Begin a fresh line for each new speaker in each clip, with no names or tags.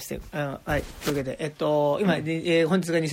して、はい、というわけで、今、本日が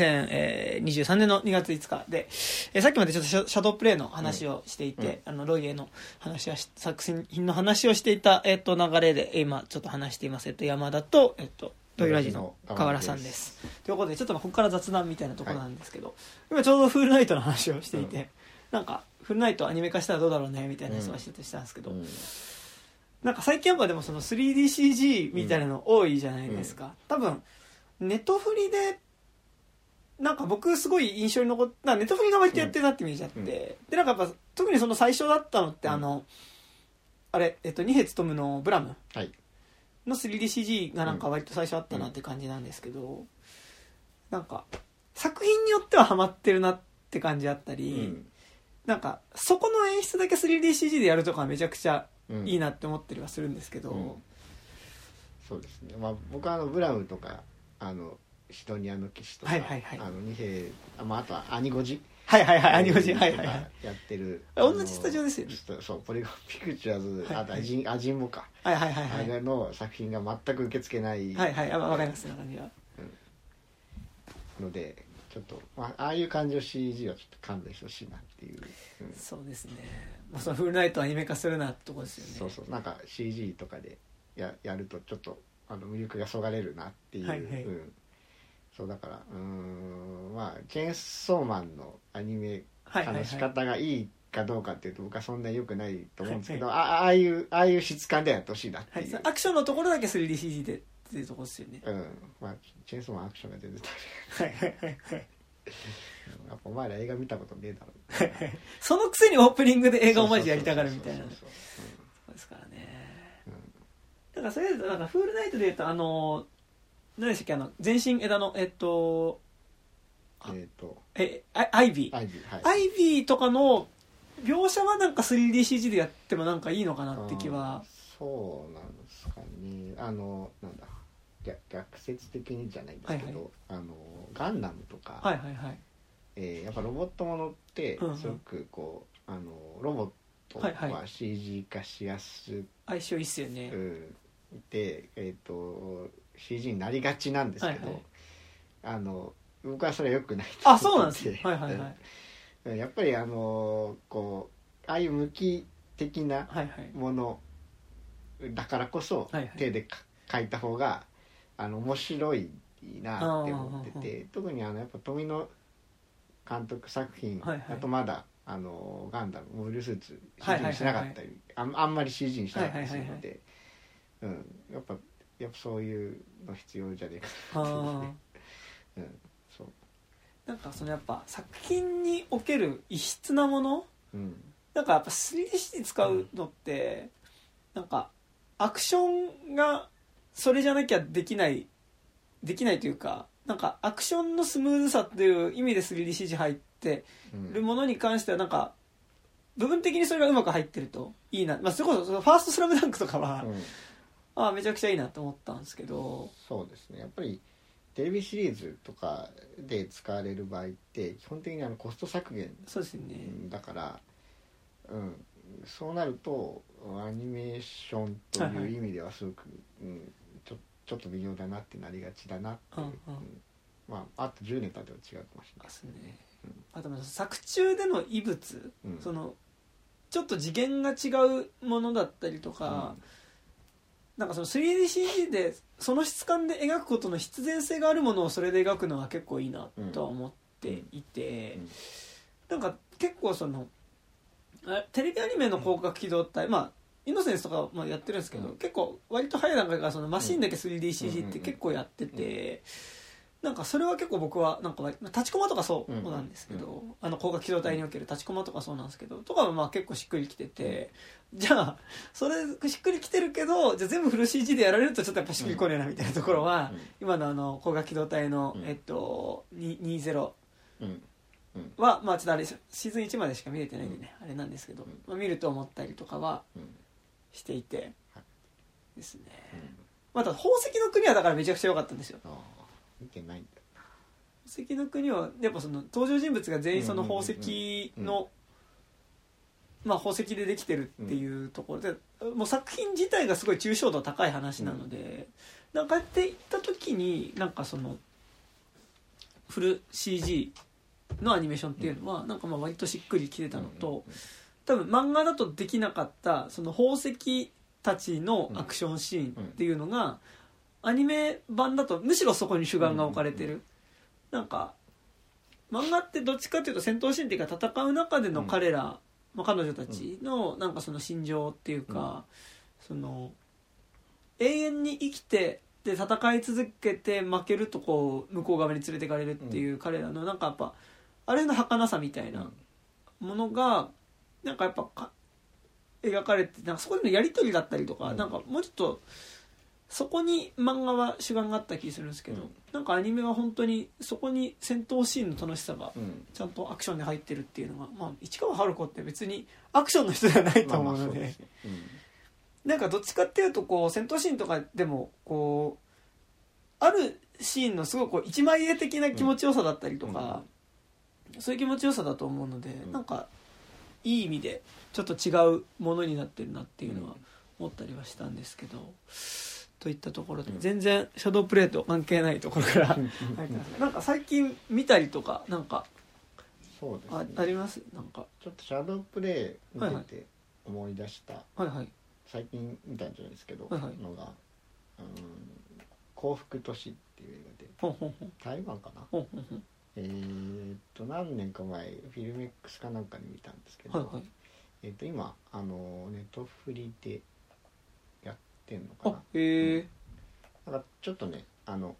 2023年の2月5日で、さっきまでちょっとシャドープレイの話をしていて、ロイエの話は作品の話をしていた、流れで、今ちょっと話しています。山田と、トイラジの河原さんです。ということで、ちょっとここから雑談みたいなところなんですけど、今ちょうどフールナイトの話をしていて、なんか、フールナイトアニメ化したらどうだろうね、みたいな話をしてたんですけど、なんか最近やっぱでもその 3DCG みたいなの多いじゃないですか、多分ネットフリでなんか僕すごい印象に残ったネットフリが割とやってるなってイメージあって、でなんかやっぱ特にその最初だったのってあれ二瓶勉のブラムの 3DCG がなんか割と最初あったなって感じなんですけど、なんか作品によってはハマってるなって感じあったり、なんかそこの演出だけ 3DCG でやるとかめちゃくちゃいいなって思ったりはするんですけど、
そうですね、まあ、僕はブラウンとかシドニアの騎士とか、二瓶、あとはアニゴジ
アニゴジ
やってる
同じスタジオですよね。
そうポリゴンピクチャーズ、あとアジンボか、あれの作品が全く受け付けない
わかります感じは、
のでちょっと、ああいう感じの CG はちょっと勘弁してほしいなっていう、
そうですね、まあ、そのフルナイトアニメ化するなってとこですよね。
そうなんか CG とかでやるとちょっと魅力がそがれるなっていう、そうだからまあチェーンソーマンのアニメ化の仕方がいいかどうかっていうと僕はそんなに良くないと思うんですけど、ああいう質感でやってほしいなっていう、
アクションのところだけ 3DCG でっていうところですよね。
まあチェーンソーマンアクションが全然足りないやっぱお前ら映画見たことねえだろ
そのくせにオープニングで映画オマージュやりたがるみたいな、そうですからね、だからそれでなんかフールナイトでいうと何でしたっけ全身枝のアイビーとかの描写はなんか 3DCG でやってもなんかいいのかなって気は。
そうなんですかね。なんだ逆説的にじゃないんですけど、ガンダムとか、やっぱロボットものってすごくこう、ロボットは CG 化しやす
相性いいっすよね。
で、CG になりがちなんですけど、僕はそれは良くないと思って。
そうなんですね。
やっぱりこうああいう無機的なものだからこそ手で描いた方が面白いなって思ってて、特にやっぱ富野監督作品だとまだガンダムモビルスーツ CG にしなかったり、あんまり CG にしなかったりするので、やっぱそういうの必要じゃねえかなってそう
なんかそのやっぱ作品における異質なもの、なんかやっぱ 3DCG 使うのって、なんかアクションがそれじゃなきゃできないというか、なんかアクションのスムーズさっていう意味で 3DCG 入ってるものに関してはなんか部分的にそれがうまく入ってるといいな、それこそファーストスラムダンクとかは、めちゃくちゃいいなと思ったんですけど。
そうですね、やっぱりテレビシリーズとかで使われる場合って基本的にコスト削減だから、そうなるとアニメーションという意味ではすごく、ちょっと微妙だなってなりがちだなって、あと10年経っては違うかもしれないですね。
あと作中での異物、そのちょっと次元が違うものだったりとか、なんかその 3DCG でその質感で描くことの必然性があるものをそれで描くのは結構いいなとは思っていて、なんか結構そのテレビアニメの広角機動隊、イノセンスとかもやってるんですけど、結構割と早い段階からそのマシンだけ 3DCG って結構やってて、なんかそれは結構僕はなんか立ちコマとかそうなんですけど、広角機動隊における立ちコマとかそうなんですけどとかは結構しっくりきてて、じゃあそれしっくりきてるけどじゃあ全部フル CG でやられるとちょっとやっぱしっくりこねえなみたいなところは、今の広角機動隊の20はちょっとあれシーズン1までしか見れてないんでね、あれなんですけど、見ると思ったりとかはしていてですね。また宝石の国はだからめちゃくちゃ良かったんですよ。
見てないんだ。
宝石の国はやっぱその登場人物が全員その宝石の、宝石でできてるっていうところで、もう作品自体がすごい抽象度高い話なので、なんかっていった時期になんかそのフル CG のアニメーションっていうのはなんかまあ割としっくりきてたのと、多分漫画だとできなかったその宝石たちのアクションシーンっていうのがアニメ版だとむしろそこに主眼が置かれてる。なんか漫画ってどっちかっていうと戦闘シーンっていうか戦う中での彼ら、彼女たちのなんかその心情っていうか、その永遠に生きてで戦い続けて負けるとこう向こう側に連れていかれるっていう彼らのなんかやっぱあれの儚さみたいなものがなんかやっぱ描かれて、なんかそこでのやり取りだったりとか、なんかもうちょっとそこに漫画は主眼があった気するんですけど、なんかアニメは本当にそこに戦闘シーンの楽しさがちゃんとアクションで入ってるっていうのが、まあ市川春子って別にアクションの人じゃないと思うので、なんかどっちかっていうとこう戦闘シーンとかでもこうあるシーンのすごいこう一枚絵的な気持ちよさだったりとか、そういう気持ちよさだと思うので、なんかいい意味でちょっと違うものになってるなっていうのは思ったりはしたんですけど、といったところで全然シャドープレイと関係ないところからなんか最近見たりとかなんか
そうです、ね、
あります？なんか
ちょっとシャドープレイ見てて思い出した、
はいはい、
最近見たんじゃないですけど、
はいはい、
のが幸福都市っていう映画で、台湾かな、何年か前フィルメックスかなんかに見たんですけど、
はいはい、
今ネットフリでやってんのかな。なんかちょっとね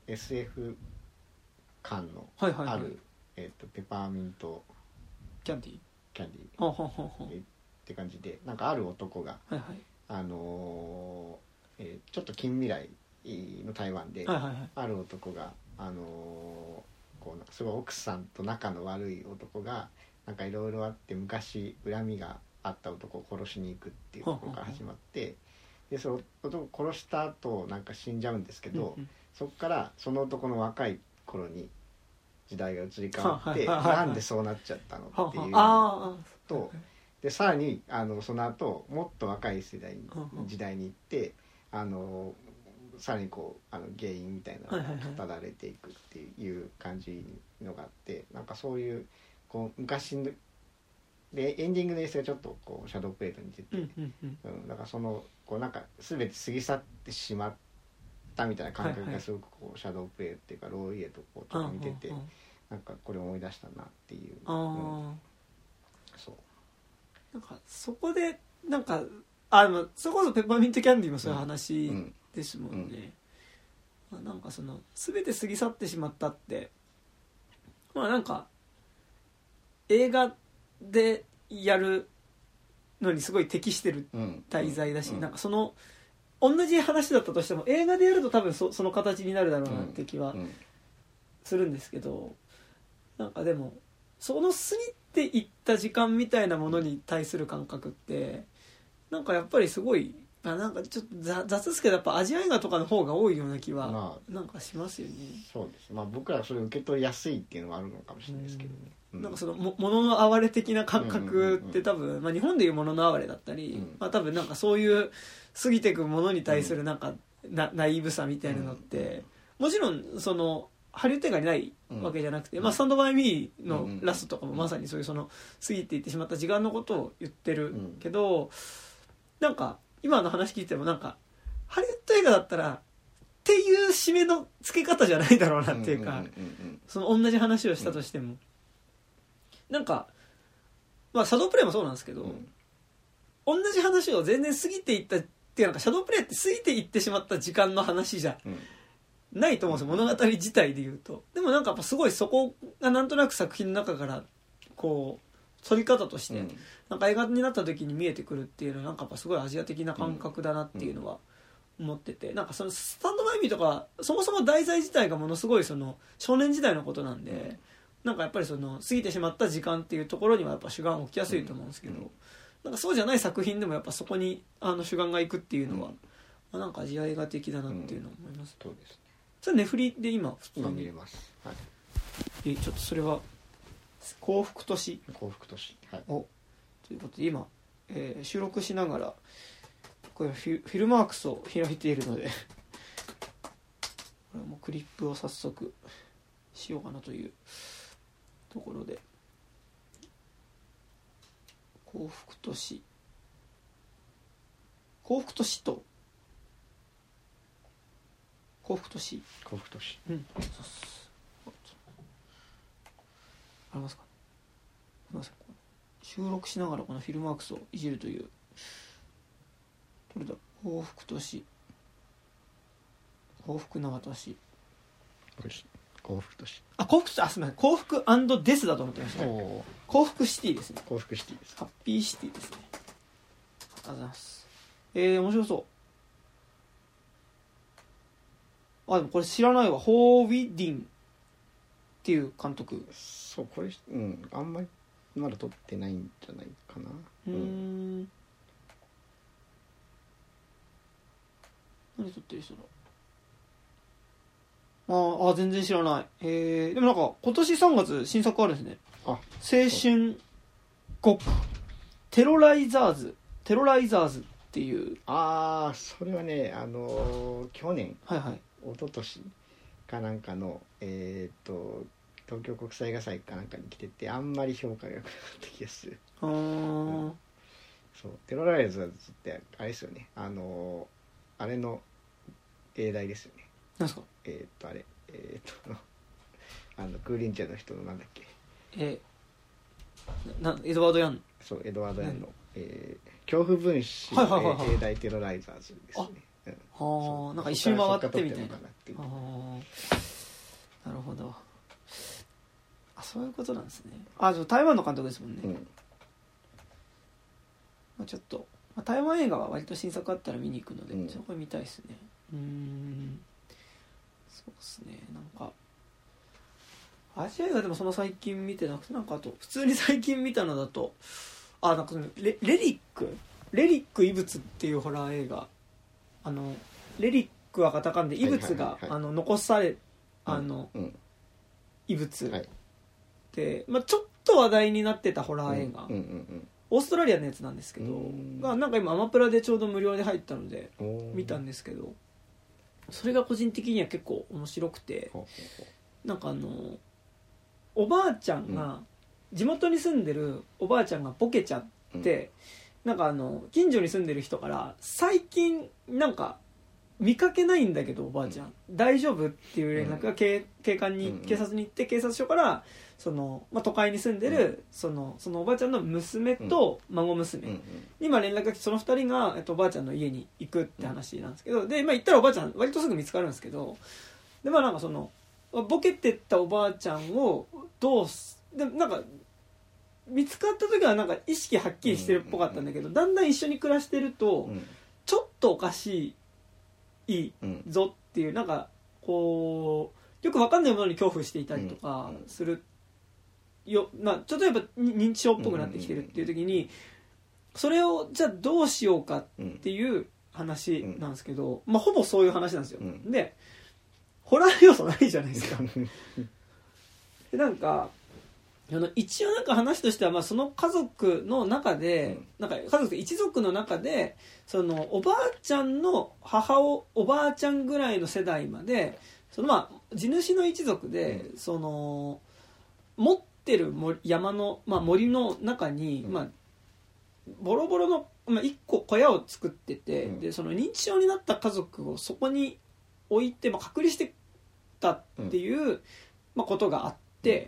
SF 感のある、はいはいはい、ペパーミント
キャンディ
ーって感じで、なんかある男が、はいはい、ちょっと近未来の台湾で、はいはいはい、ある男がこうすごい奥さんと仲の悪い男がなんかいろいろあって昔恨みがあった男を殺しに行くっていうところから始まって、でその男を殺した後なんか死んじゃうんですけど、そこからその男の若い頃に時代が移り変わって、なんでそうなっちゃったのっていうのと、でさらにその後もっと若い時代に行ってさらにこう原因みたいなのが語られていくっていう感じのがあって、なんかそういうこう昔のでエンディングの演出がちょっとこうシャドープレイと似てて、だからそのこうなんか全て過ぎ去ってしまったみたいな感覚がすごくこうシャドープレイっていうかローイエとこうちょっと似てて、なんかこれ思い出したなっていう、
そうなんかそこでなんかそこそペッパーミントキャンディーもそういう話ですもんね、なんかその全て過ぎ去ってしまったってなんか映画でやるのにすごい適してる題材だし、なんかその同じ話だったとしても映画でやると多分その形になるだろうなって気はするんですけど、なんかでもその過ぎていった時間みたいなものに対する感覚ってなんかやっぱりすごいなんかちょっと雑ですけどやっぱアジア映画とかの方が多いような気はなんかしますよね。
そうです。僕らそれ受け取りやすいっていうのはあるのかもしれないですけどね。
なんかその物の哀れ的な感覚って多分、日本でいう物の哀れだったり、多分なんかそういう過ぎていくものに対するなんかナイーブさみたいなのって、もちろんそのハリウッド映画にないわけじゃなくて、スタンドバイミーのラストとかもまさにそういうその過ぎていってしまった時間のことを言ってるけど、なんか今の話聞いてもなんかハリウッド映画だったらっていう締めの付け方じゃないだろうなっていうか、その同じ話をしたとしても、なんかシャドープレイもそうなんですけど、同じ話を全然過ぎていったっていうなんかシャドープレイって過ぎていってしまった時間の話じゃないと思うんですよ、物語自体で言うと。でもなんかやっぱすごいそこがなんとなく作品の中からこう撮り方としてなんか映画になった時に見えてくるっていうのはなんかやっぱすごいアジア的な感覚だなっていうのは思ってて、なんかそのスタンドバイミーとかそもそも題材自体がものすごいその少年時代のことなんで、なんかやっぱりその過ぎてしまった時間っていうところにはやっぱ主眼を置きやすいと思うんですけど、なんかそうじゃない作品でもやっぱそこに主眼がいくっていうのは、なんかアジア映画的だなっていうのを思います。
そうですね。
それネフリで今普通に
見れます。はい。
ちょっとそれは幸福都市
はい。
ということで今、収録しながらこれフィルマークスを開いているのでこれもクリップを早速しようかなというところで、幸福都市と幸福都市、うん、そうっす。ありますか。すみません、収録しながらこのフィルマークスをいじるという。これだ、幸福都市、幸福な私、
幸福都市、
幸福、すみません、幸福&デスだと思ってました。幸福シティですね。
幸福シティです。
ハッピーシティですね。ありがとうございます。面白そう。でもこれ知らないわ。ホー・ウィッディンっていう監督。
そう、これあんまりまだ撮ってないんじゃないかな。
何撮ってる人だ。全然知らない。でもなんか今年3月新作あるんですね。青春国テロライザーズっていう。
それはね、去年、一昨年かなんかの東京国際映画祭かなんかに来てて、あんまり評価が良くなかった気がする。そう、テロライザーズってあれですよね。あれの英題ですよね。
何ですか。
あれクーリンチャーの人のなんだっけ。
エドワード・ヤン。
そう、エドワード・ヤンの、恐怖分子の英題テロライザーズですね。
なんか一周回ってみたいな。なるほど。そういうことなんですね。台湾の監督ですもんね。ちょっと台湾映画は割と新作あったら見に行くので、そこ見たいですね。そうですね。なんかアジア映画でもその最近見てなくて、なんかあと普通に最近見たのだとなんかレリック異物っていうホラー映画。レリックはカタカナで、異物が、残され異物で、ちょっと話題になってたホラー映画、オーストラリアのやつなんですけど、なんか今アマプラでちょうど無料で入ったので見たんですけど、それが個人的には結構面白くて、なんかおばあちゃんが、地元に住んでるおばあちゃんがボケちゃって、なんか近所に住んでる人から最近なんか見かけないんだけどおばあちゃん、大丈夫っていう連絡が警察に行って、警察署から都会に住んでるそのおばあちゃんの娘と孫娘に連絡が来て、その2人が、おばあちゃんの家に行くって話なんですけど、で、行ったらおばあちゃん割とすぐ見つかるんですけど、でなんかボケてったおばあちゃんをでなんか見つかった時はなんか意識はっきりしてるっぽかったんだけど、だんだん一緒に暮らしてるとちょっとおかしいぞっていう、なんかこうよく分かんないものに恐怖していたりとかするよ、ちょっとやっぱ認知症っぽくなってきてるっていう時に、それをじゃあどうしようかっていう話なんですけど、ほぼそういう話なんですよ。でホラー要素ないじゃないですか。でなんか一応なんか話としては、その家族の中で、なんか家族一族の中でおばあちゃんのおばあちゃんぐらいの世代まで地主の一族で持ってる山の、森の中に、ボロボロの、一個小屋を作ってて、で認知症になった家族をそこに置いて、隔離してたっていう、ことがあって、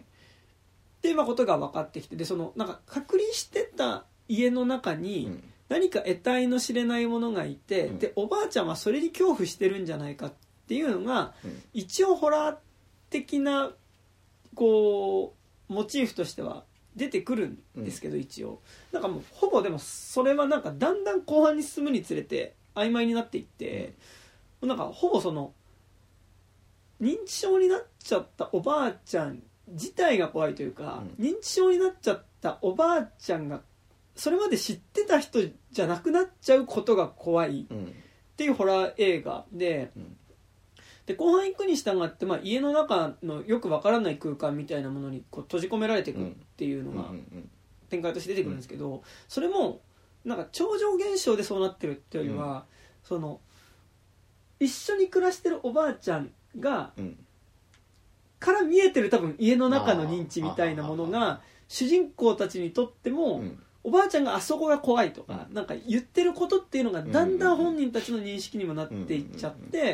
でことが分かってきて、でなんか隔離してた家の中に何か得体の知れないものがいて、でおばあちゃんはそれに恐怖してるんじゃないかっていうのが、一応ホラー的なこうモチーフとしては出てくるんですけど、一応なんかもうほぼ、でもそれはなんかだんだん後半に進むにつれて曖昧になっていって、なんかほぼ認知症になっちゃったおばあちゃん自体が怖いというか、認知症になっちゃったおばあちゃんがそれまで知ってた人じゃなくなっちゃうことが怖いっていうホラー映画で、で後半行くに従って、家の中のよくわからない空間みたいなものにこう閉じ込められていくっていうのが展開として出てくるんですけど、それもなんか超常現象でそうなってるっていうよりは、一緒に暮らしてるおばあちゃんが、から見えてる多分家の中の認知みたいなものが主人公たちにとっても、おばあちゃんがあそこが怖いとか、なんか言ってることっていうのがだんだん本人たちの認識にもなっていっちゃって、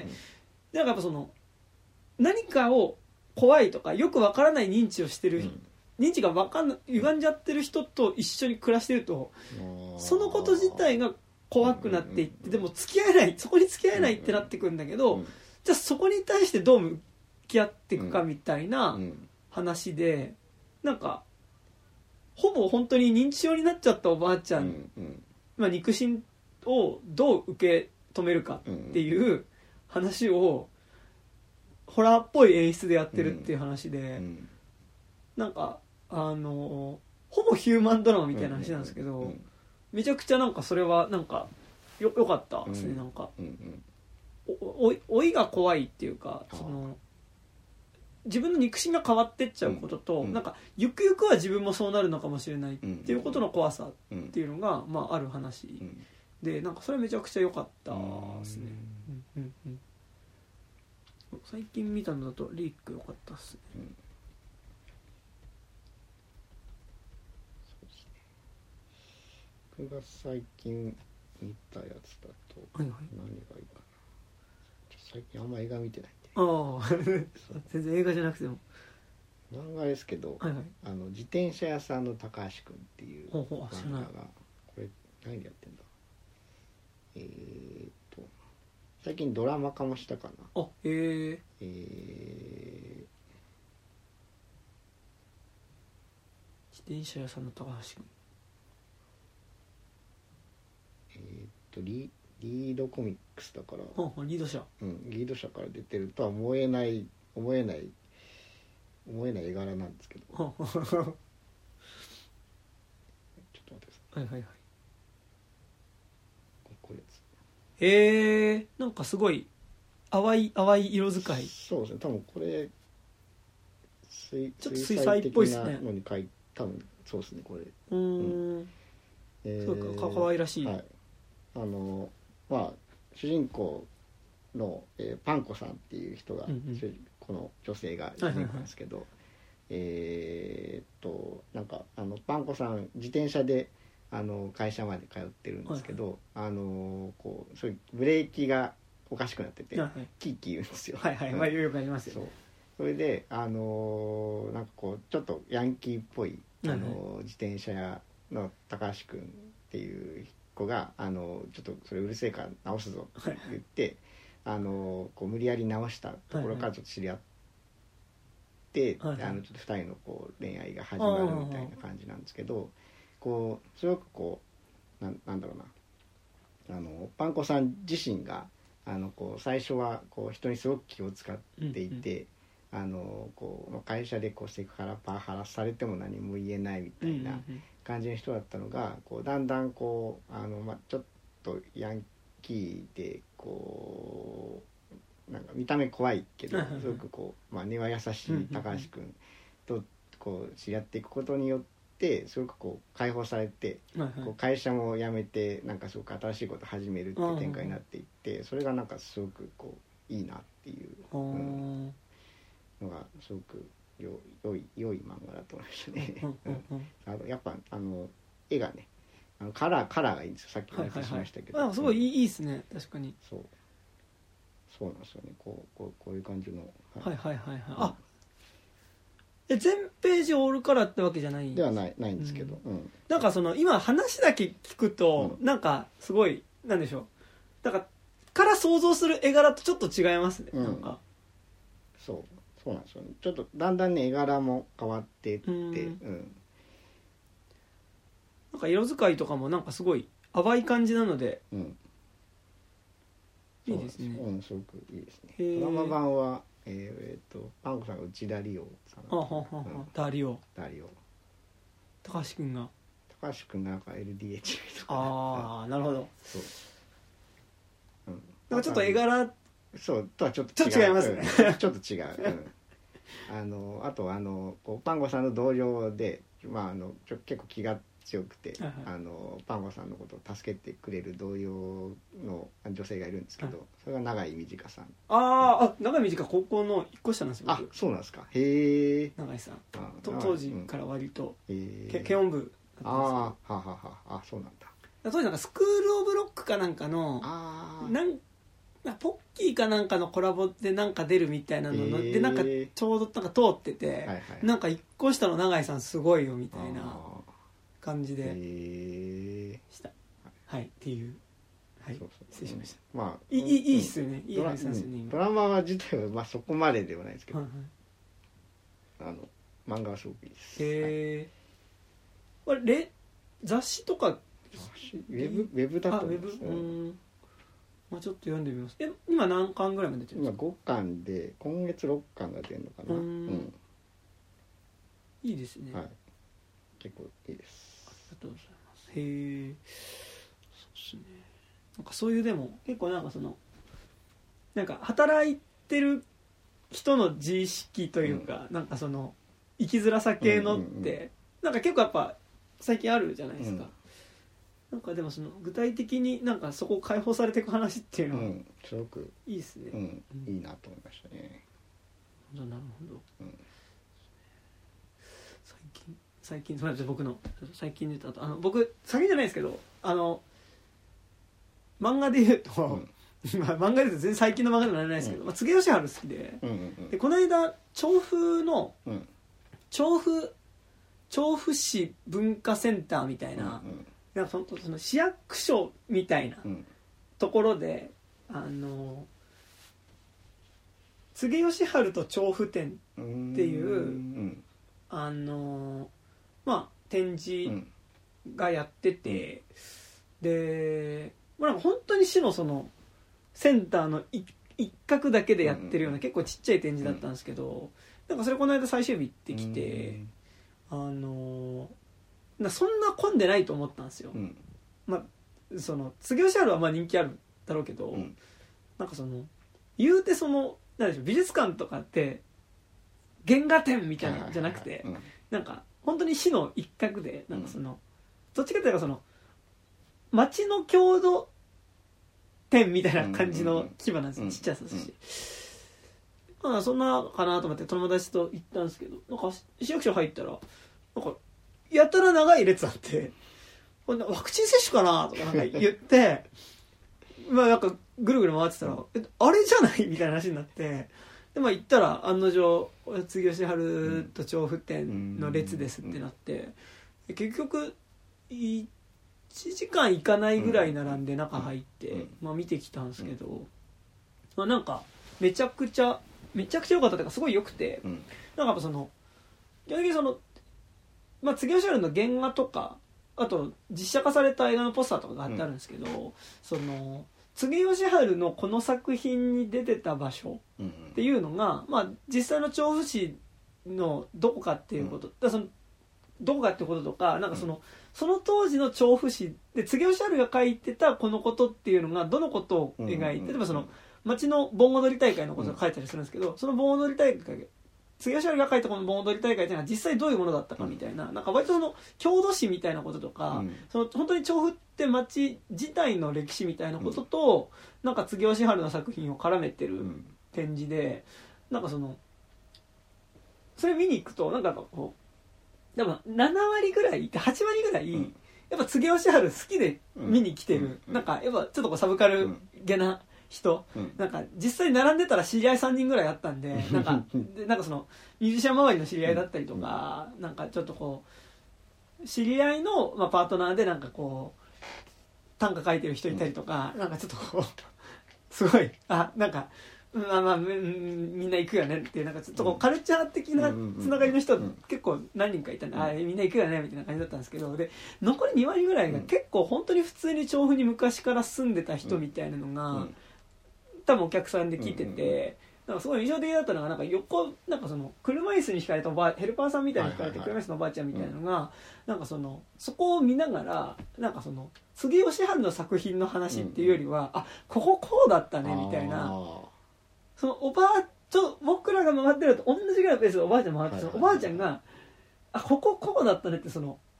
だからやっぱその何かを怖いとかよくわからない認知をしてる、認知が歪んじゃってる人と一緒に暮らしてると、そのこと自体が怖くなっていって、でも付き合えない、そこに付き合えないってなってくるんだけど、じゃあそこに対してどう向き合っていくかみたいな話で、なんかほぼ本当に認知症になっちゃったおばあちゃん、肉親をどう受け止めるかっていう話をホラーっぽい演出でやってるっていう話で、なんかほぼヒューマンドラマみたいな話なんですけど、めちゃくちゃなんかそれはなんかよかったですね。なんか老いが怖いっていうか、その自分の肉親が変わってっちゃうことと、なんかゆくゆくは自分もそうなるのかもしれないっていうことの怖さっていうのが、ある話で、なんかそれめちゃくちゃ良かったですね。最近見たのだとリーク良かったっすね。
僕が最近見たやつだと何がいいかな、最近あんま映画見てないんで、
全然映画じゃなくても
漫画ですけど、自転車屋さんの高橋くんっていう漫画が、これ何でやってんだ、最近ドラマ化もしたかな。自
転車屋さんの高橋くん、
リードコミックスだから、
リード社、
リード社から出てるとは思えない絵柄なんですけどちょっと待ってください。これ
なんかすごい淡い色使い。
そうですね、多分これ
ちょっと水彩っぽいですね。
のに書い多分そうですね、これ
そうか、可愛らしい。
主人公の、パンコさんっていう人が、この女性が主人公なんですけど、なんかパンコさん自転車で会社まで通ってるんですけど、こうそういうブレーキがおかしくなってて、キーキー言うんですよ。
よくありますよね。
それでなんかこうちょっとヤンキーっぽい自転車屋の高橋くんっていう子がちょっとそれうるせえから直すぞって言って、こう無理やり直したところからちょっと知り合って、ちょっと2人のこう恋愛が始まるみたいな感じなんですけど、こうすごくこうなんだろうな、パンコさん自身がこう最初はこう人にすごく気を使っていて、こう会社でこうセクハラパワハラされても何も言えないみたいな感じの人だったのが、こうだんだんこうちょっとヤンキーでこうなんか見た目怖いけどすごくこう、根は優しい高橋君とこう知り合っていくことによってすごくこう解放されて、こう会社も辞めてなんかすごく新しいことを始めるっていう展開になっていって、それがなんかすごくこういいなっていう、のがすごく良い漫画だと思いましたね。やっぱ絵がね、カラーがいいんですよ。さっきお話ししましたけど、
すごいいいですね。確かに
そうなんですよね。こういう感じの、
全ページオールカラーってわけじゃない
ではないんですけど、
なんかその今話だけ聞くと、なんかすごいなんでしょう、だから想像する絵柄とちょっと違いますね。なんか
そうなんですよね。ちょっとだんだんね絵柄も変わっていって、
なんか色使いとかもなんかすごい淡い感じなので、いいですね。
すごくいいですね。ドラマ版はパンコさんが内田理央さん、
ダリオ高橋くんが
なんか LDH とか、
なるほど。
なんか
ちょっと絵柄
とはちょっ
と違いますね。
ちょっと違う。あとこうパンコさんの同僚で、結構気が強くて、パンゴさんのことを助けてくれる同僚の女性がいるんですけど、それが永井美智香さん。
永井美智香高校の1個下なんですよ。
そうなんですか。へえ。
永井さん当時から割と軽音部だったんですけど、
そうなんだ。
当時なんかスクールオブロックかなんかのポッキーかなんかのコラボでなんか出るみたいなので、なんかちょうどなんか通ってて、なんか1個下の永井さんすごいよみたいな感じでした。はい、っていう、はい、失礼しました。いいっすよね、いい話なんですよね。
ドラマ自体はそこまでではないですけど、漫画はすごくいいです。
これ雑誌とか
ウェブだと思います。
ちょっと読んでみます。今何巻ぐらいまで出てるんですか？
今5巻で今月6巻が出るのかな。
いいですね。
はい、結構いいです。
ありがとうございます。へえ。そうですね。なんかそういうでも結構なんかなんか働いてる人の自意識というか、なんか生きづらさ系のって、なんか結構やっぱ最近あるじゃないですか。なんかでも具体的になんかそこを解放されていく話っていうのは、
すごく
いいですね。
いいなと思いましたね。
なるほど。最近それ僕の最近で言うと僕最近じゃないですけど漫画で言うと、漫画で言うと全然最近の漫画でもないですけど、柘植義治好きで、でこの間調布の、調布市文化センターみたいな、なんかその市役所みたいなところで、柘植義治と調布展っていう、展示がやってて、で、なんか本当に市のセンターの一角だけでやってるような結構ちっちゃい展示だったんですけど、なんかそれこの間最終日行ってきて、そんな混んでないと思ったんですよ。柘植義治は人気あるだろうけど、なんか言うてなんでしょう、美術館とかって原画展みたいなのじゃなくて、なんか本当に市の一角で、なんかどっちかというと町の郷土展みたいな感じの規模なんですよ、ちっちゃいですし、そんなかなと思って友達と行ったんですけど、なんか市役所入ったらなんかやたら長い列あって、これワクチン接種かなとかなんか言ってなんかぐるぐる回ってたら、あれじゃないみたいな話になって、で行ったら案の定柘植義治と調布店の列ですってなって、結局1時間いかないぐらい並んで中入って、見てきたんですけど、なんかめちゃくちゃ良かったというかすごい良くて、なんかやっぱ基本的に柘植義治の原画とか、あと実写化された映画のポスターとかが貼ってあるんですけど、柘植義治のこの作品に出てた場所っていうのが、実際の調布市のどこかっていうこと、どこかっていうこととか、なんかその当時の調布市で柘植義治が書いてたこのことっていうのがどのことを描いて、例えば町の盆踊り大会のことが書いたりするんですけど、その盆踊り大会、柘植義治が書いたこの盆踊り大会っていうのは実際どういうものだったかみたいな、なんか割と郷土史みたいなこととか、本当に調布って町自体の歴史みたいなことと、なんか柘植義治の作品を絡めてる展示で、なんかそれ見に行くとなんかこうでも7割ぐらい8割ぐらい、やっぱ柘植義治好きで見に来てる、なんかやっぱちょっとサブカルげな人、なんか実際並んでたら知り合い3人ぐらいあったんで、なんかミュージシャン周りの知り合いだったりとか、なんかちょっとこう知り合いの、パートナーでなんかこう短歌書いてる人いたりとか、なんかちょっとこうすごいなんかみんな行くよねっていう、なんかちょっとこうカルチャー的なつながりの人結構何人かいたんで、みんな行くよねみたいな感じだったんですけど、で残り2割ぐらいが結構本当に普通に調布に昔から住んでた人みたいなのが、多分お客さんで来てて、なんかすごい印象的だったのが、なんかなんか車椅子に引かれたヘルパーさんみたいに引かれて車椅子のおばあちゃんみたいなのが、なんかそこを見ながら、なんか柘植義治の作品の話っていうよりは、こここうだったねみたいな、僕らが回ってると同じぐらいのペースでおばあちゃん回って、おばあちゃんがこここうだったねって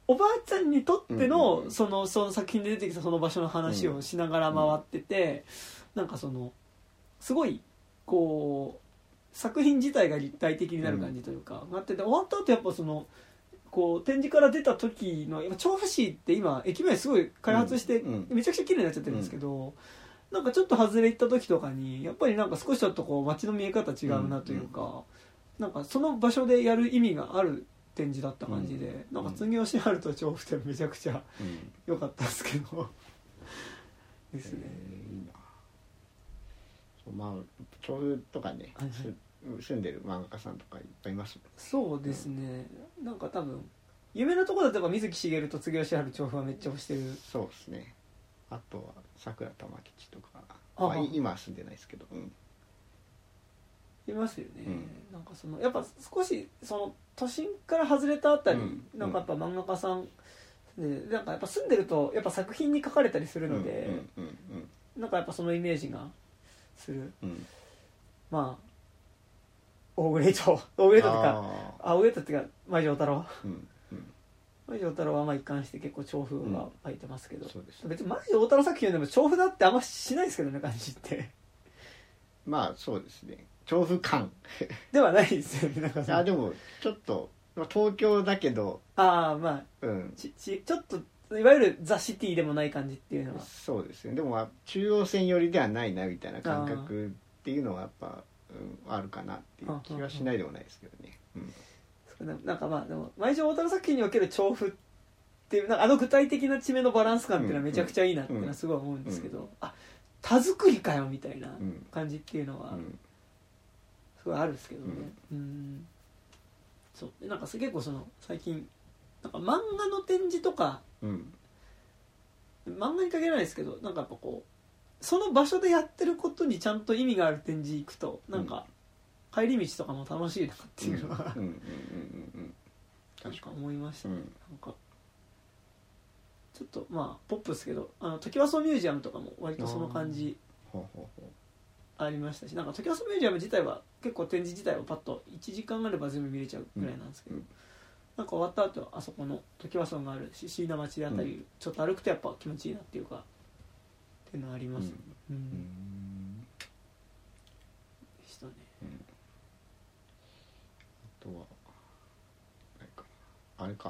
おばあちゃんにとっての、その作品で出てきたその場所の話をしながら回ってて、なんかすごいこう作品自体が立体的になる感じというか、なってて、終わった後やっぱこう展示から出た時の調布市って今駅前すごい開発してめちゃくちゃ綺麗になっちゃってるんですけど、なんかちょっと外れ行った時とかにやっぱりなんか少しちょっとこう街の見え方違うなというか、なんかその場所でやる意味がある展示だった感じで、なんか次吉春と調布ってめちゃくちゃ良かったですけどですね。いいな。
まあ調布とかね、はいはい、住んでる漫画家さんとかいっぱいいますもんね。
そうですね、なんか多分有名なところだと水木しげると次吉春調布はめっちゃ推してる。
そうですね。あとは桜玉吉とか、まあ、今は住んでないですけど、
いますよね、なんかやっぱ少し都心から外れたあたり、なんかやっぱ漫画家さんでなんかやっぱ住んでるとやっぱ作品に書かれたりするので、なんかやっぱそのイメージがする、まあ大栗というか大栗とっていうか前城太郎、前城太郎はまあ一貫して結構調布が書いてますけど、別に前城太郎作品でも調布だってあんましないですけどね、感じって
まあそうですね、調布感
ではないですよね。なんか
でもちょっと東京だけど、
まあ、ちょっといわゆるザ・シティでもない感じっていうのは
そうですね。でも中央線寄りではないなみたいな感覚っていうのはやっぱ、あるかなっていう気はしないでもないですけどね。
なんかまあでも前城太郎作品における調布っていうなんか具体的な地名のバランス感っていうのはめちゃくちゃいいなっていうのはすごい思うんですけど、田作りかよみたいな感じっていうのはすごいあるんですけどね。そうなんか結構最近なんか漫画の展示とか、漫画に限らないですけど、なんかやっぱこうその場所でやってることにちゃんと意味がある展示行くとなんか帰り道とかも楽しいなっていうのはなんか思いましたね。なんかちょっとまあポップですけどトキワ荘ミュージアムとかも割とその感じありましたし、なんかトキワ荘ミュージアム自体は結構展示自体はパッと1時間あれば全部見れちゃうぐらいなんですけど、なんか終わった後あそこのトキワ荘がある椎名町であたり、ちょっと歩くとやっぱ気持ちいいなっていうかっていうのはあります。でしたね。
あとはあれか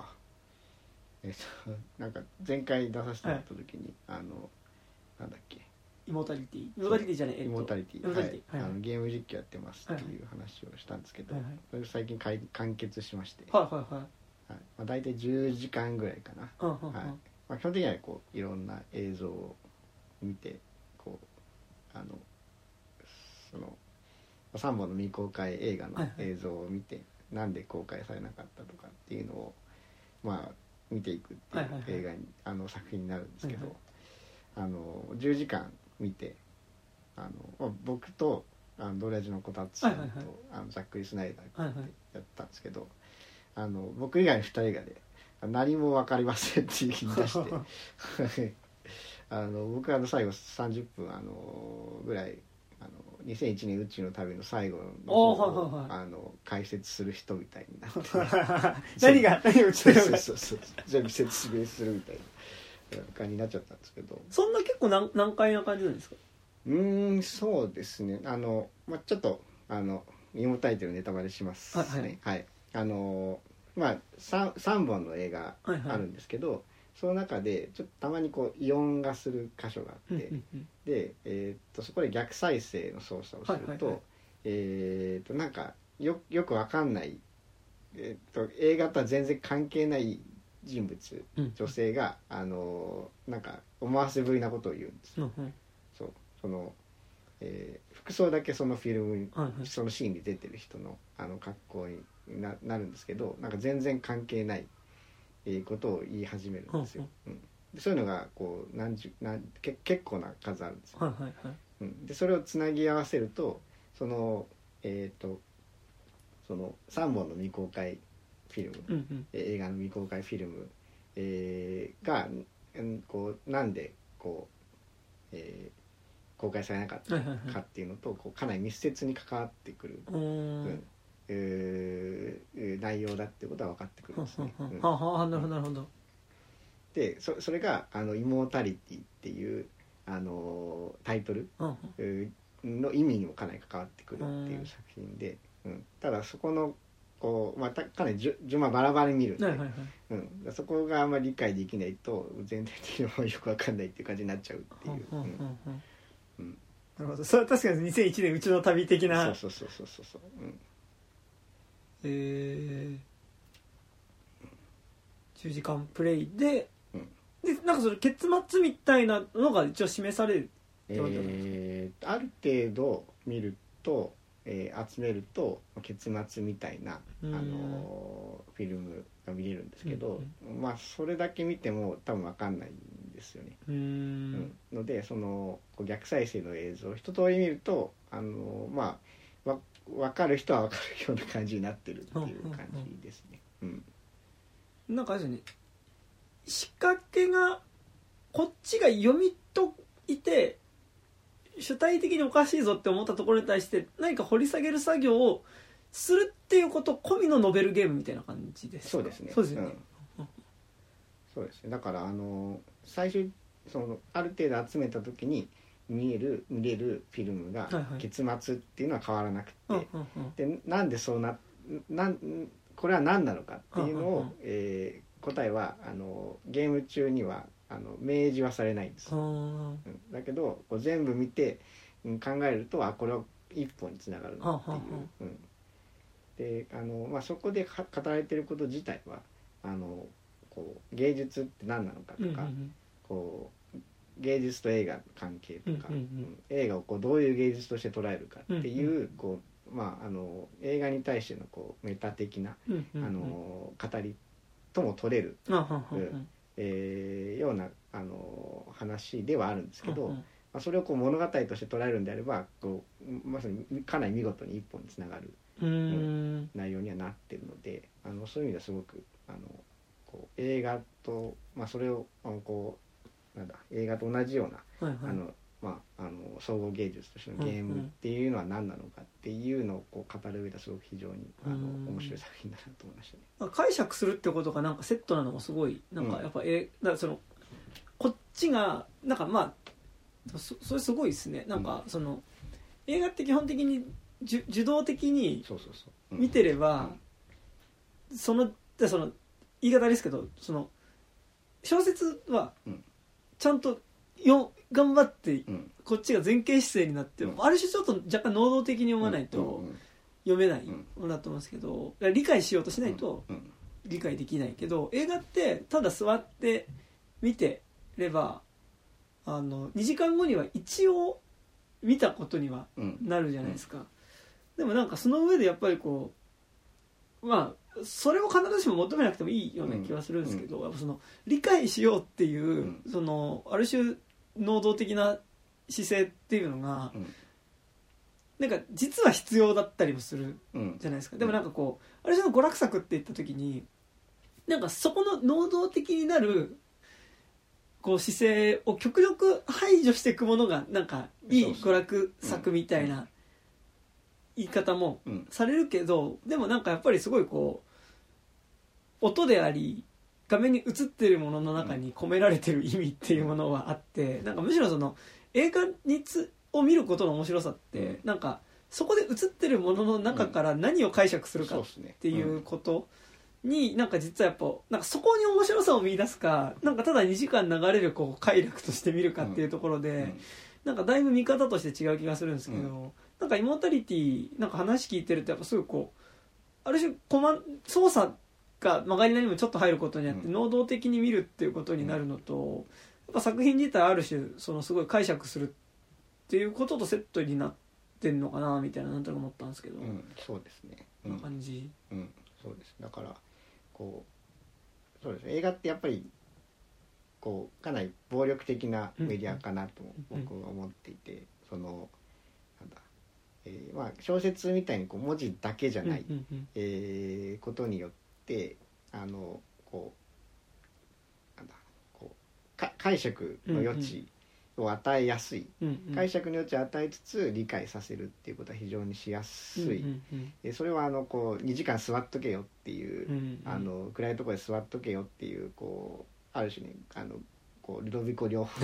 なんか前回出させてもらった時に、なんだっけ、
イモータリティじゃない、
イモータリティ、ゲーム実況やってますっていう話をしたんですけど、それ最近完結しまして、大体10時間ぐらいかな。基本的にはこういろんな映像を見て、こうその3本の未公開映画の映像を見て、なんで公開されなかったとかっていうのをまあ見ていくっていう映画に作品になるんですけど、10時間見て僕とドラジのこたつさんとざっくりスナイダーってやったんですけど、僕以外の2人がね何も分かりませんって言い出して僕は最後30分ぐらい2001年宇宙の旅の最後の方を解説する人みたいになって
何が映ってるのか
全部説明するみたいな感じになっちゃったんですけど、
そんな結構難解な感じなんですか？
そうですね。ちょっとイモタイトルネタバレしますね。3本の映画あるんですけど、その中でちょっとたまにこうイオンがする箇所があって、で、そこで逆再生の操作をすると、なんかよくわかんない、映画とは全然関係ない人物、女性がなんか思わせぶりなことを言うんですよ。服装だけそのフィルムに、そのシーンに出てる人の格好に なるんですけど、なんか全然関係ないことを言い始めるんですよ。そういうのがこう結構な数あるんですよ。でそれをつなぎ合わせるとその3本の未公開フィルム、映画の未公開フィルム、がこうなんでこう、公開されなかったかっていうのと、こうかなり密接に関わってくる、内容だってことは分かってくるんですね。
なるほど。
でそれがイモータリティっていうタイトルの意味にもかなり関わってくるっていう作品で、ただそこのこう、かなり順番バラバラに見るんで、そこがあんまり理解できないと全体的にもよく分かんないっていう感じになっちゃうっていう。
なるほど。それは確かに2001年うちの旅的な。
そう。
10時間プレイで、でなんかそれ結末みたいなのが一応示されるってことなんですか？
ある程度見ると、集めると結末みたいなフィルムが見れるんですけど、それだけ見ても多分分かんないんですよね。のでその逆再生の映像を一通り見ると分かる人は分かるような感じになってるっていう感じですね。
なんかあれですよね、仕掛けがこっちが読み解いて主体的におかしいぞって思ったところに対して何か掘り下げる作業をするっていうこと込みのノベルゲームみたいな感じですか？
そうですね。
そうですよね。
そうですね。だから最初ある程度集めた時に見れるフィルムが結末っていうのは変わらなくて、でなんでそうこれは何なのかっていうのを、答えはゲーム中には明示はされないんです。だけど全部見て考えるとこれは一本につながるなっていう。でそこで語られていること自体は芸術って何なのかとか、芸術と映画の関係とか、映画をどういう芸術として捉えるかっていう、映画に対してのメタ的な、語りとも取れる、ような話ではあるんですけど、それを物語として捉えるんであればまさにかなり見事に一本につながる内容にはなってるので、そういう意味ではすごく映画と、それを映画と同じような、総合芸術としてのゲームっていうのは何なのかっていうのを語る上ではすごく非常に面白い作品だなと思いましたね。
解釈するってことがなんかセットなのもすごいなんかやっぱだからこっちがなんかそれすごいですね。なんか映画って基本的に受動的に見てればその言い方ですけど小説はちゃんと頑張ってこっちが前傾姿勢になって、ある種ちょっと若干能動的に読まないと読めないものだと思うんですけど、理解しようとしないと理解できないけど、映画ってただ座って見てれば2時間後には一応見たことにはなるじゃないですか。でもなんかその上でやっぱりそれを必ずしも求めなくてもいいような気はするんですけど、やっぱ理解しようっていうある種能動的な姿勢っていうのがなんか実は必要だったりもするじゃないですか。でもなんかある種の娯楽作って言った時になんかそこの能動的になる姿勢を極力排除していくものがなんかいい娯楽作みたいな言い方もされるけど、でもなんかやっぱりすごい音であり画面に映ってるものの中に込められてる意味っていうものはあって、なんかむしろ映画を見ることの面白さってなんかそこで映ってるものの中から何を解釈するかっていうことになんか実はやっぱなんかそこに面白さを見出すか、なんかただ2時間流れる快楽として見るかっていうところでなんかだいぶ見方として違う気がするんですけど、なんかイモータリティなんか話聞いてるとやっぱすごいある種操作が曲がりなりにもちょっと入ることによって能動的に見るっていうことになるのと、やっぱ作品自体ある種すごい解釈するっていうこととセットになってんのかなみたいななんとなく思ったんですけど、
そうですね、
こんな感じ、
そうです。だからそうですね、映画ってやっぱりかなり暴力的なメディアかなと僕は思っていて、小説みたいに文字だけじゃない、ことによって解釈の余地を与えやすい、解釈の余地を与えつつ理解させるっていうことは非常にしやすい、それは2時間座っとけよっていう、暗いところで座っとけよっていうある種ねこうルドビコ療法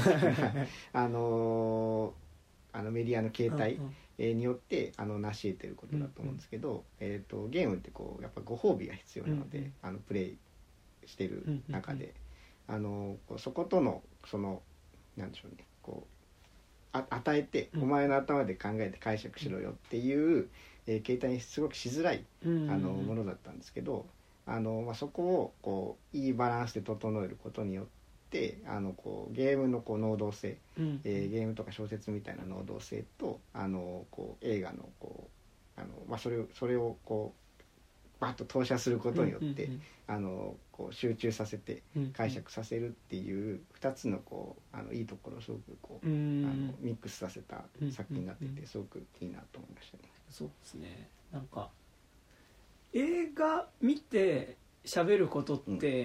メディアの形態によって成し得てることだと思うんですけど、ゲームってこうやっぱご褒美が必要なので、プレイしてる中で、そことのそのなんでしょうね、こう与えて、お前の頭で考えて解釈しろよっていう、形態にすごくしづらいものだったんですけど、そこをこういいバランスで整えることによってこうゲームのこう能動性、ゲームとか小説みたいな能動性とこう映画のこうそれをこうバッと投射することによって、こう集中させて解釈させるっていう2つのこういいところをすごくこうミックスさせた作品になっていて、すごくいいなと思いましたね。
そうですね。なんか映画見て喋ることって、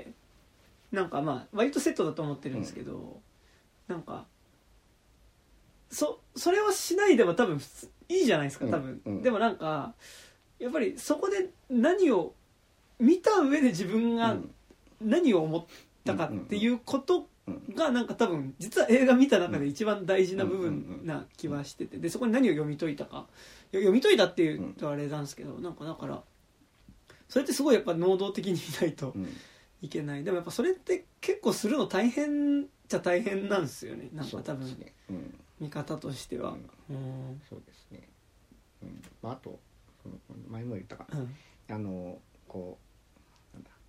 なんかまあ割とセットだと思ってるんですけど、なんかそれをしないでも多分いいじゃないですか多分、でもなんかやっぱりそこで何を見た上で自分が何を思ったかっていうことがなんか多分実は映画見た中で一番大事な部分な気はしてて、でそこに何を読み解いたか、読み解いたっていうとあれなんですけど、なんかだからそれってすごいやっぱ能動的に見ないといけない。でもやっぱそれって結構するの大変じゃ大変なんですよね。なんか多分見方としては。
そうですね。あと前も言ったかな、こうなんだ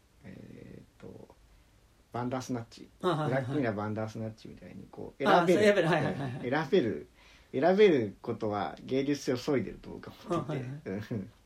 バンダースナッチ、ブラックミラーバンダースナッチみたいにこう選べることは芸術性を削いでると僕は思っていて、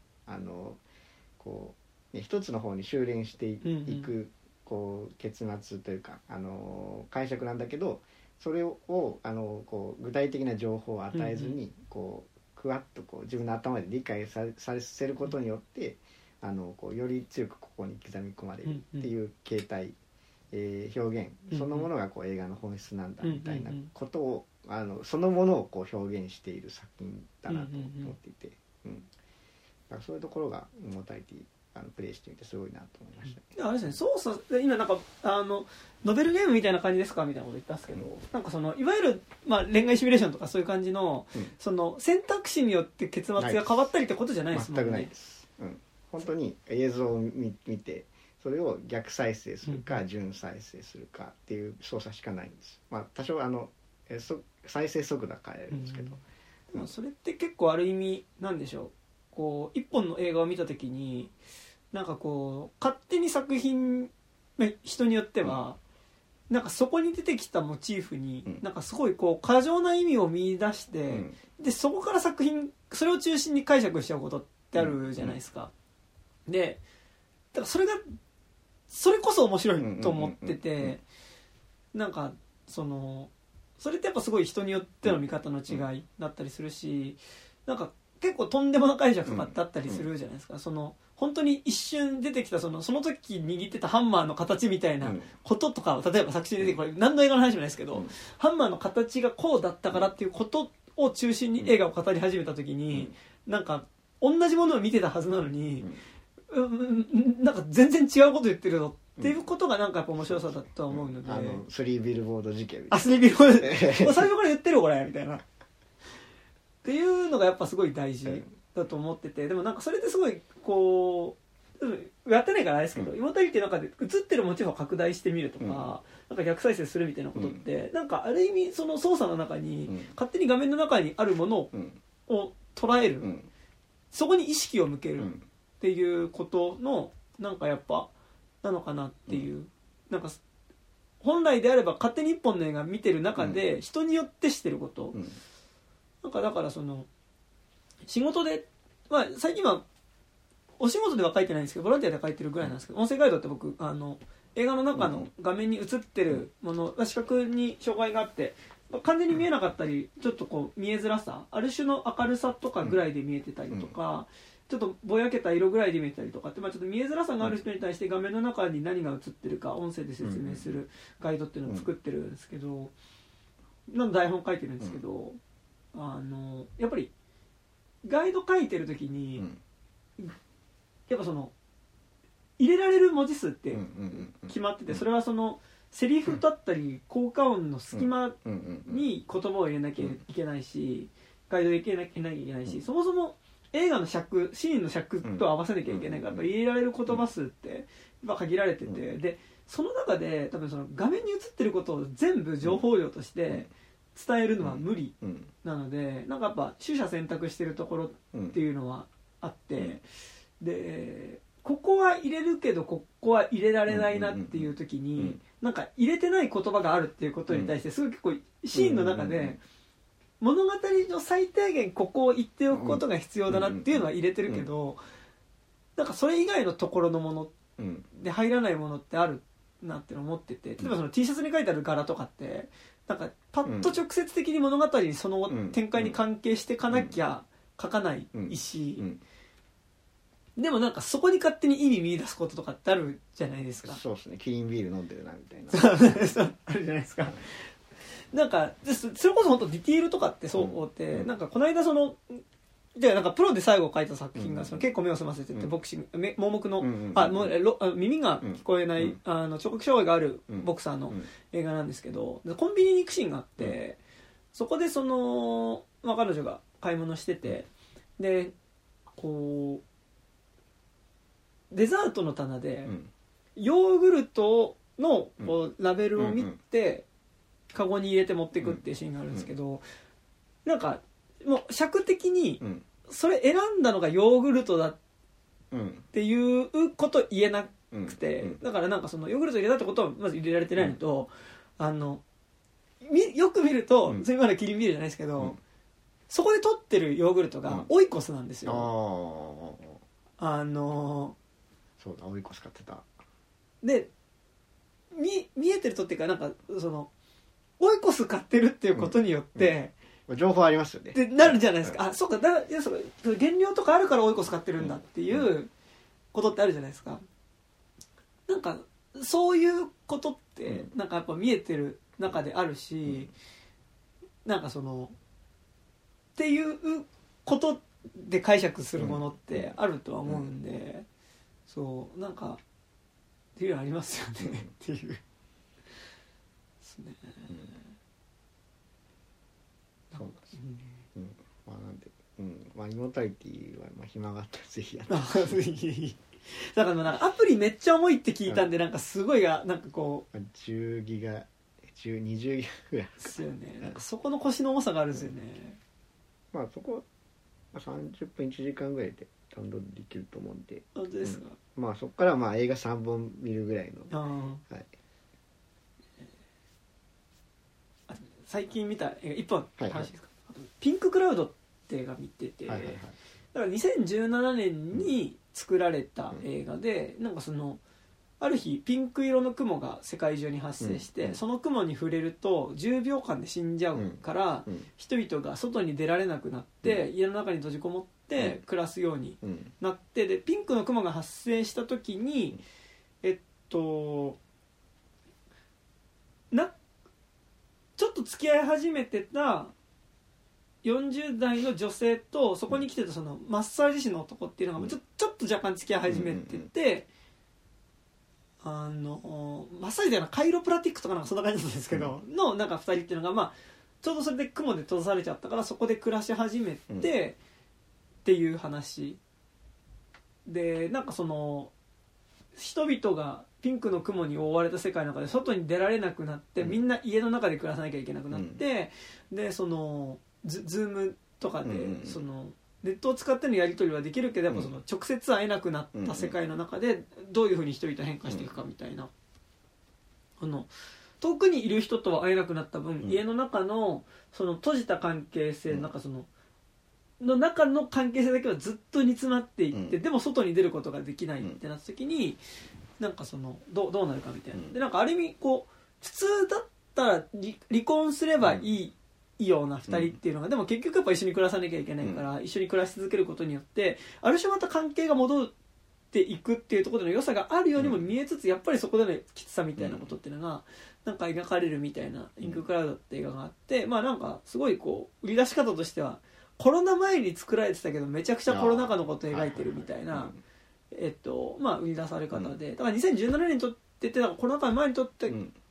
こう、ね、一つの方に修練していくこう結末というか解釈なんだけど、それをこう具体的な情報を与えずにこうふわっとこう自分の頭で理解させることによってこうより強くここに刻み込まれるっていう形態、表現そのものがこう映画の本質なんだみたいなことをそのものをこう表現している作品だなと思っていて、だからそういうところがモタリティプレイしてみてすごいなと思いました、
あれですね、操作今なんかノベルゲームみたいな感じですかみたいなこと言ったんですけど、なんかそのいわゆる、恋愛シミュレーションとかそういう感じの、その選択肢によって結末が変わったりってことじゃないですもんね。
全くないです、本当に映像を見てそれを逆再生するか順再生するかっていう操作しかないんです。多少再生速度は変えるんですけど、
それって結構ある意味なんでしょう、こう一本の映画を見た時になんかこう勝手に作品人によっては、なんかそこに出てきたモチーフに、なんかすごいこう過剰な意味を見出して、でそこから作品それを中心に解釈しちゃうことってあるじゃないですか。でだからそれこそ面白いと思ってて、なんかそれってやっぱすごい人によっての見方の違いだったりするし、なんか結構とんでもな解釈とかってあったりするじゃないですか。本当に一瞬出てきたその時握ってたハンマーの形みたいなこととかを、例えば作中で出てくる何の映画の話もないですけど、ハンマーの形がこうだったからっていうことを中心に映画を語り始めた時に、なんか同じものを見てたはずなのに、なんか全然違うこと言ってるぞっていうことがなんかやっぱ面白さだとは思うので、
スリービルボード事件
スリービルボード最初から言ってるよこれみたいなっていうのがやっぱすごい大事だと思ってて、でもなんかそれってすごいこうやってないからあれですけど、イモタリティの中で映ってるモチーフを拡大してみるとか、なんか逆再生するみたいなことって、なんかある意味その操作の中に、勝手に画面の中にあるものを捉える、そこに意識を向けるっていうことのなんかやっぱなのかなっていう、なんか本来であれば勝手に一本の映画見てる中で人によってしてること、なんかだから仕事で、最近はお仕事では書いてないんですけどボランティアで書いてるぐらいなんですけど、音声ガイドって僕映画の中の画面に映ってるものが視覚に障害があって完全に見えなかったり、ちょっとこう見えづらさ、ある種の明るさとかぐらいで見えてたりとか、ちょっとぼやけた色ぐらいで見えたりとかって、ちょっと見えづらさがある人に対して画面の中に何が映ってるか音声で説明するガイドっていうのを作ってるんですけど、台本書いてるんですけど、やっぱりガイド書いてる時に、やっぱ入れられる文字数って決まってて、それはセリフだったり効果音の隙間に言葉を入れなきゃいけないし、ガイド入れなきゃいけないし、そもそも映画の尺、シーンの尺と合わせなきゃいけないから、入れられる言葉数って限られてて、でその中で多分その画面に映ってることを全部情報量として伝えるのは無理なので、なんかやっぱ取捨選択してるところっていうのはあって、でここは入れるけどここは入れられないなっていう時に、なんか入れてない言葉があるっていうことに対してすごい結構シーンの中で物語の最低限ここを言っておくことが必要だなっていうのは入れてるけど、なんかそれ以外のところのもので入らないものってあるなって思ってて、例えばその T シャツに書いてある柄とかってなんかパッと直接的に物語にその展開に関係してかなきゃ書かないし、でもなんかそこに勝手に意味見出すこととかってあるじゃないですか。
そうですね、キリンビール飲んでるなみたいな
そうあるじゃないですか。なんかそれこそ本当ディティールとかってそうって、なんかこの間そのでなんかプロで最後書いた作品がその結構目を澄ませてて、ボクシング盲目の、耳が聞こえない、聴覚障害があるボクサーの映画なんですけど、コンビニに行くシーンがあって、そこでその、彼女が買い物してて、でこうデザートの棚でヨーグルトのこうラベルを見てカゴに入れて持っていくっていうシーンがあるんですけど、なんかもう尺的にそれ選んだのがヨーグルトだっていうこと言えなくて、だからなんかそのヨーグルト入れたってことはまず入れられてないのと、よく見るとそれまでキリンビールじゃないですけど、そこで取ってるヨーグルトがオイコスなんですよ。
そうだ、オイコス買ってた。
で見えてるとっていうか、なんかそのオイコス買ってるっていうことによって、
情報ありますよね
ってなるじゃないですか。あ、そうか、いやそれ原料とかあるからオイコス買ってるんだっていうことってあるじゃないですか。なんかそういうことってなんかやっぱ見えてる中であるし、なんかそのっていうことで解釈するものってあるとは思うんで、そうなんかっていうのありますよねっていうですね。
そうなんですよ、なんで、イモータリティは暇があったらぜひやって。
だからなんかアプリめっちゃ重いって聞いたんで、なんかすごいなんかこう
10ギガ20ギガぐらい
ですよね。なんかそこの腰の重さがあるんですよね。
そこ30分1時間ぐらいでダウンロードできると思うんで。
本当ですか。
そこから映画3本見るぐらいの。
最近見た映画1本話ですか、ピンククラウドって映画見てて、だから2017年に作られた映画で、なんかそのある日ピンク色の雲が世界中に発生して、その雲に触れると10秒間で死んじゃうから、人々が外に出られなくなって、家の中に閉じこもって暮らすようになって、でピンクの雲が発生した時にちょっと付き合い始めてた40代の女性とそこに来てたそのマッサージ師の男っていうのがちょっと若干付き合い始めてて、マッサージでカイロプラティックとかなんかそんな感じなんですけど、のなんか2人っていうのがちょうどそれで雲で閉ざされちゃったからそこで暮らし始めてっていう話で、なんかその人々がピンクの雲に覆われた世界の中で外に出られなくなって、みんな家の中で暮らさなきゃいけなくなって、でそのズームとかでそのネットを使ってのやり取りはできるけど、やっぱその直接会えなくなった世界の中でどういうふうに人々変化していくかみたいな、遠くにいる人とは会えなくなった分、家の中のその閉じた関係性、なんかその中の関係性だけはずっと煮詰まっていって、でも外に出ることができないってなった時に、なんかそのどうなるかみたいな。でなんかある意味こう普通だったら離婚すればいいような2人っていうのが、でも結局やっぱ一緒に暮らさなきゃいけないから、一緒に暮らし続けることによってある種また関係が戻っていくっていうところでの良さがあるようにも見えつつ、やっぱりそこでのきつさみたいなことっていうのがなんか描かれるみたいなピンククラウドって映画があって、なんかすごいこう売り出し方としてはコロナ前に作られてたけどめちゃくちゃコロナ禍のことを描いてるみたいな売り出され方で、だから2017年に撮ってて、コロナ禍前に撮って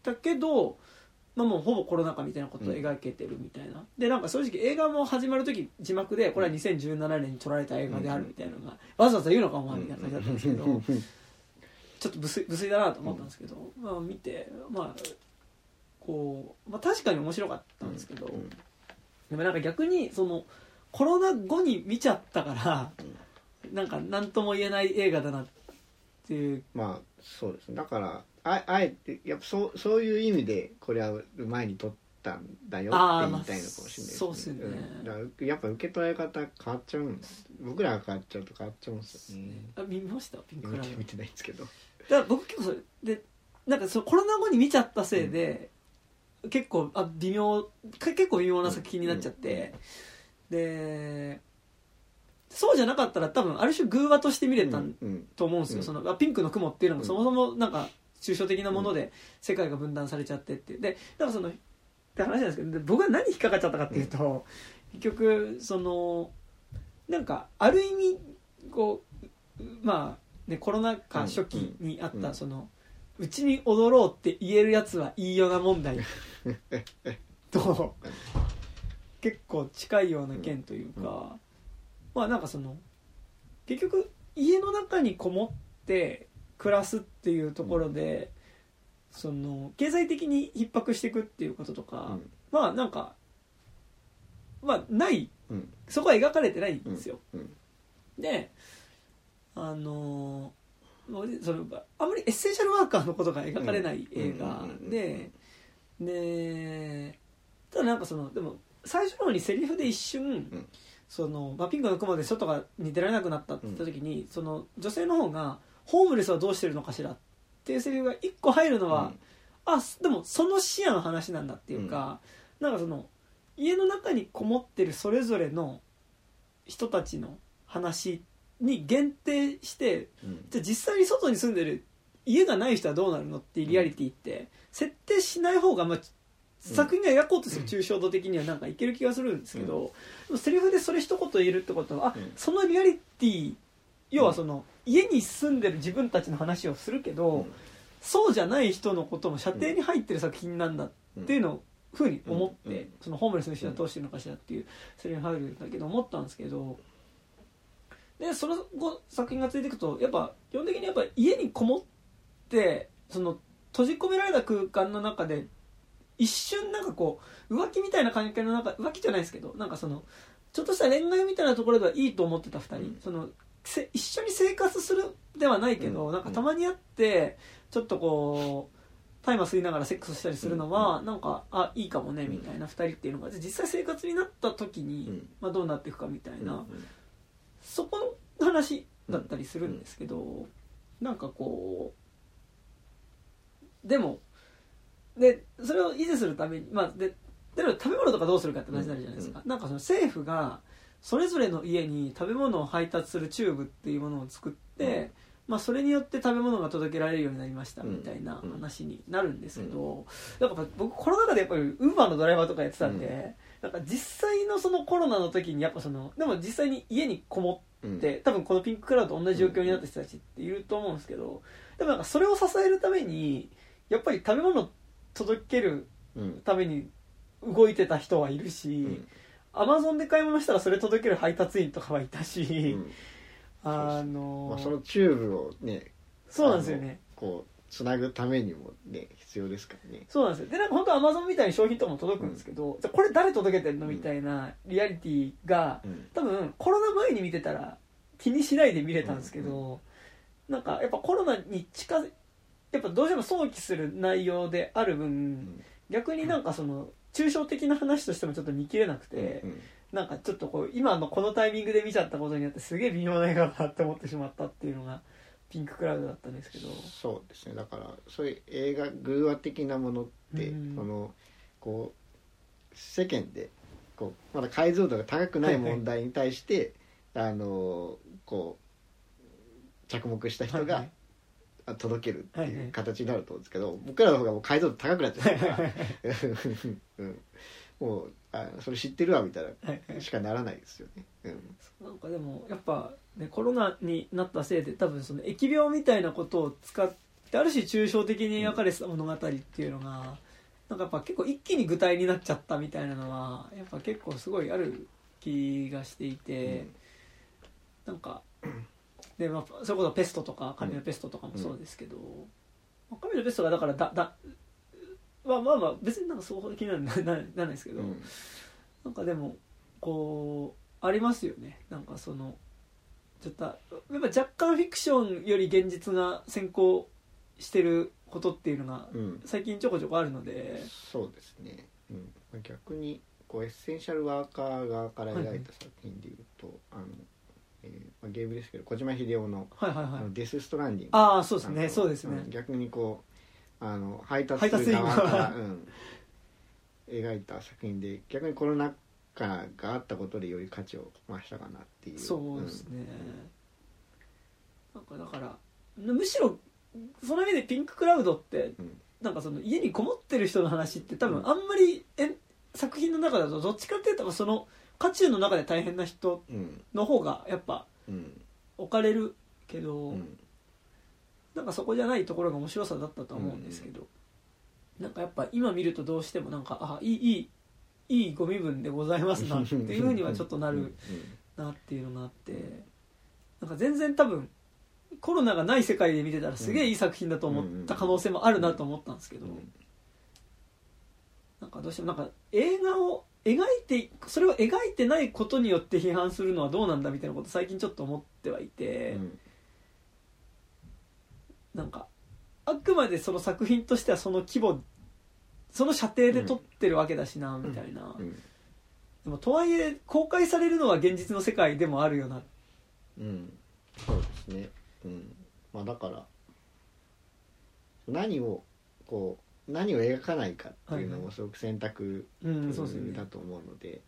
だけど、まあ、もうほぼコロナ禍みたいなことを描けてるみたいな、でなんか正直映画も始まる時字幕でこれは2017年に撮られた映画であるみたいなのがわざわざ言うのかお前みたいな感じだったんですけどちょっと無粋だなと思ったんですけど、まあ、見てまあこう、まあ、確かに面白かったんですけど、でもなんか逆にそのコロナ後に見ちゃったからなんか何とも言えない映画だなっていう。
まあそうですね、だからあえてやっぱそういう意味でこれは前に撮ったんだよって言いたいのかもしれないですね。
そうですね、
だからやっぱ受け取られ方変わっちゃうんです。僕らが変わっちゃうと変わっちゃうんですよね。
見ましたピンクラ
見てないんですけど、
だから僕結構それでなんかコロナ後に見ちゃったせいで、結構微妙な作品になっちゃって、でそうじゃなかったら多分ある種偶話として見れたと思うんですよ、そのピンクの雲っていうのもそもそもなんか抽象的なもので世界が分断されちゃってってでだからそのって話なんですけど、僕は何に引っかかっちゃったかっていうと、結局そのなんかある意味こうまあねコロナ禍初期にあったそのうちに踊ろうって言えるやつはいいよな問題と結構近いような件というか、まあなんかその結局家の中にこもって暮らすっていうところで、その経済的に逼迫していくっていうこととか、まあなんかまあない、そこは描かれてないんですよ。でそのあんまりエッセンシャルワーカーのことが描かれない映画で、ただなんかそのでも最初の方にセリフで一瞬、そのピンクの雲で外に出られなくなったって言った時に、その女性の方がホームレスはどうしてるのかしらっていうセリフが一個入るのは、でもその視野の話なんだっていうか、なんかその家の中にこもってるそれぞれの人たちの話に限定して、じゃあ実際に外に住んでる家がない人はどうなるのっていうリアリティって設定しない方が、まあ作品が描こうとする抽象度的にはなんかいける気がするんですけど、セリフでそれ一言言えるってことはそのリアリティ、要はその家に住んでる自分たちの話をするけど、そうじゃない人のことも射程に入ってる作品なんだっていうのをふうに思って、そのホームレスの人はどうしてるのかしらっていうセリフに入るんだけど思ったんですけど、でその後作品が続いていくとやっぱ基本的にやっぱ家にこもってその閉じ込められた空間の中で一瞬なんかこう浮気みたいな関係の中、浮気じゃないですけどなんかそのちょっとした恋愛みたいなところではいいと思ってた2人、その一緒に生活するではないけど、なんかたまに会ってちょっとこう大麻吸いながらセックスしたりするのはなんかいいかもねみたいな2人っていうのが実際生活になった時に、まあ、どうなっていくかみたいな、そこの話だったりするんですけど、なんかこうでもでそれを維持するために、まあ、で食べ物とかどうするかって話になるじゃないですか、なんかその政府がそれぞれの家に食べ物を配達するチューブっていうものを作って、まあ、それによって食べ物が届けられるようになりましたみたいな話になるんですけど、だから僕コロナ禍でやっぱりウーバーのドライバーとかやってたんで、なんか実際のそのコロナの時にやっぱそのでも実際に家にこもって多分このピンククラウドと同じ状況になった人たちっていると思うんですけど、でもなんかそれを支えるためにやっぱり食べ物を届けるために動いてた人はいるし、アマゾンで買い物したらそれ届ける配達員とかはいたし、
まあ、そのチューブをね、
そうなんですよね、
こうつなぐためにもね必要ですからね。
そうなんですよ。でなんか本当アマゾンみたいに商品とかも届くんですけど、じゃこれ誰届けてんのみたいなリアリティが、多分コロナ前に見てたら気にしないで見れたんですけど、なんかやっぱコロナにやっぱどうしても想起する内容である分、逆になんかその抽象的な話としてもちょっと見切れなくて、なんかちょっとこう今のこのタイミングで見ちゃったことによってすげえ微妙な映画だなって思ってしまったっていうのがピンククラウドだったんですけど。
そうですね、だからそういう映画偶話的なものって、こう世間でこうまだ解像度が高くない問題に対して、こう着目した人が、届けるっていう形になると思うんですけど、僕らの方がもう解像度高くなっちゃうからもうそれ知ってるわみたいなしかならないですよね。
なんかでもやっぱ、ね、コロナになったせいで多分その疫病みたいなことを使っである種抽象的に描かれてた物語っていうのがなんかやっぱ結構一気に具体になっちゃったみたいなのはやっぱ結構すごいある気がしていて、なんかで、まあ、それこそペストとか神のペストとかもそうですけど、神のペストがだからまあ別になんかそう気にならないですけど、なんかでもこうありますよね。なんかそのちょっとやっぱ若干フィクションより現実が先行してることっていうのが最近ちょこちょこあるので、
そうですね、逆にこうエッセンシャルワーカー側から描いた作品でいうと、ゲームですけど小島秀夫の、デス・ストランディング、
ああそうですね、そうですね、
逆にこう配達する側から、描いた作品で逆にコロナ禍があったことでより価値を増したかなっていう。
そうですね、なんかだからむしろその意味でピンククラウドって、なんかその家にこもってる人の話って多分あんまり作品の中だとどっちかっていうとその渦中の中で大変な人の方がやっぱ置かれるけど、なんかそこじゃないところが面白さだったと思うんですけど、なんかやっぱ今見るとどうしてもなんかいいご身分でございますなっていうふうにはちょっとなるなっていうのがあって、なんか全然多分コロナがない世界で見てたらすげえいい作品だと思った可能性もあるなと思ったんですけど、なんかどうしてもなんか映画を描いてそれを描いてないことによって批判するのはどうなんだみたいなこと最近ちょっと思ってはいて、なんかあくまでその作品としてはその規模その射程で撮ってるわけだしなみたいな、でもとはいえ公開されるのは現実の世界でもあるよな、
そうですね、まあだから何を描かないかっていうのもすごく選択だと思うので、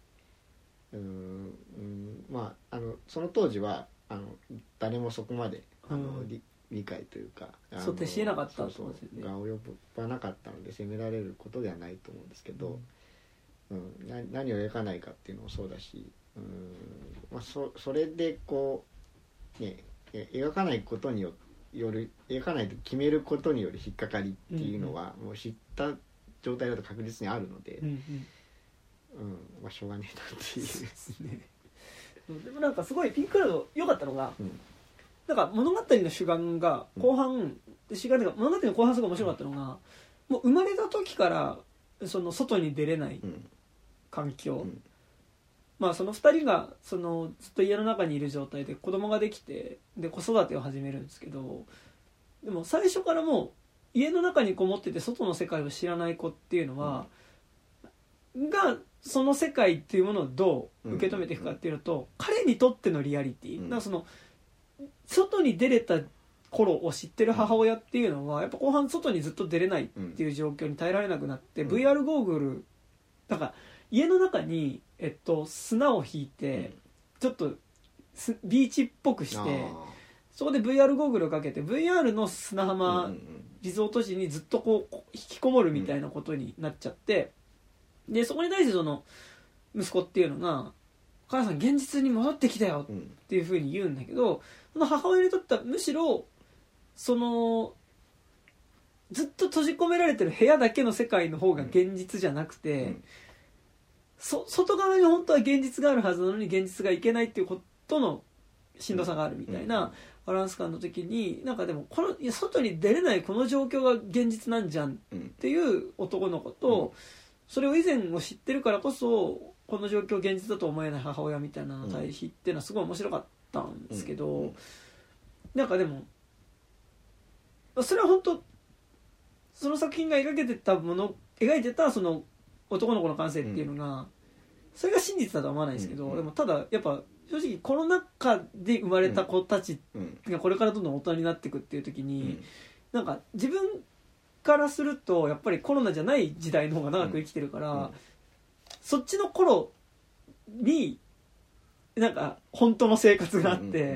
まあその当時は誰もそこまで理解というか
想定しえなかった
が及ばなかったので責められることではないと思うんですけど、何を描かないかっていうのもそうだし、まあ、それでこうね描かないことによる描かないと決めることによる引っかかりっていうのはもう知った状態だと確実にあるので、まあしょうがねえなっていうですね。
でもなんかすごいピンククラウド良かったのが、なんか物語の主眼が後半、主眼というか物語の後半すごい面白かったのが、もう生まれた時からその外に出れない環境、まあその2人がそのずっと家の中にいる状態で子供ができてで子育てを始めるんですけど、でも最初からもう家の中にこもってて外の世界を知らない子っていうのは、がその世界っていうものをどう受け止めていくかっていうのと、彼にとってのリアリティ、だからその外に出れた頃を知ってる母親っていうのはやっぱ後半外にずっと出れないっていう状況に耐えられなくなって、VR ゴーグルだから家の中に、砂を引いてちょっとビーチっぽくしてそこで VR ゴーグルをかけて VR の砂浜リゾート地にずっとこう引きこもるみたいなことになっちゃって、でそこに対してその息子っていうのが「お母さん現実に戻ってきたよ」っていうふうに言うんだけど、その母親にとってはむしろそのずっと閉じ込められてる部屋だけの世界の方が現実じゃなくて、外側に本当は現実があるはずなのに現実がいけないっていうことのしんどさがあるみたいなバランス感の時に、なんかでもいや外に出れないこの状況が現実なんじゃんっていう男の子と、それを以前を知ってるからこそこの状況を現実だと思えない母親みたいなの対比っていうのはすごい面白かったんですけど、なんかでもそれは本当その作品が描いてたその男の子の感性っていうのが、それが真実だとは思わないですけど、でもただやっぱ正直コロナ禍で生まれた子たちがこれからどんどん大人になっていくっていう時に、なんか自分からするとやっぱりコロナじゃない時代の方が長く生きてるから、そっちの頃になんか本当の生活があって、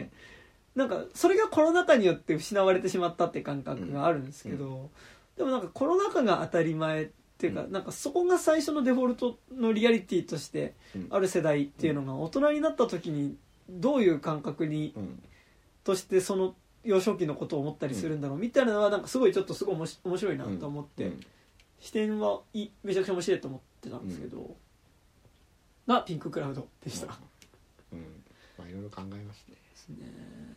なんかそれがコロナ禍によって失われてしまったって感覚があるんですけど、でもなんかコロナ禍が当たり前っていうか、なんかそこが最初のデフォルトのリアリティとしてある世代っていうのが大人になった時にどういう感覚にとしてその幼少期のことを思ったりするんだろうみたいなのはなんかすごいちょっとすごい面白いなと思って、視点はめちゃくちゃ面白いと思ってたんですけど、がピンククラウドでした。
まあいろいろ考えますね。
ですね。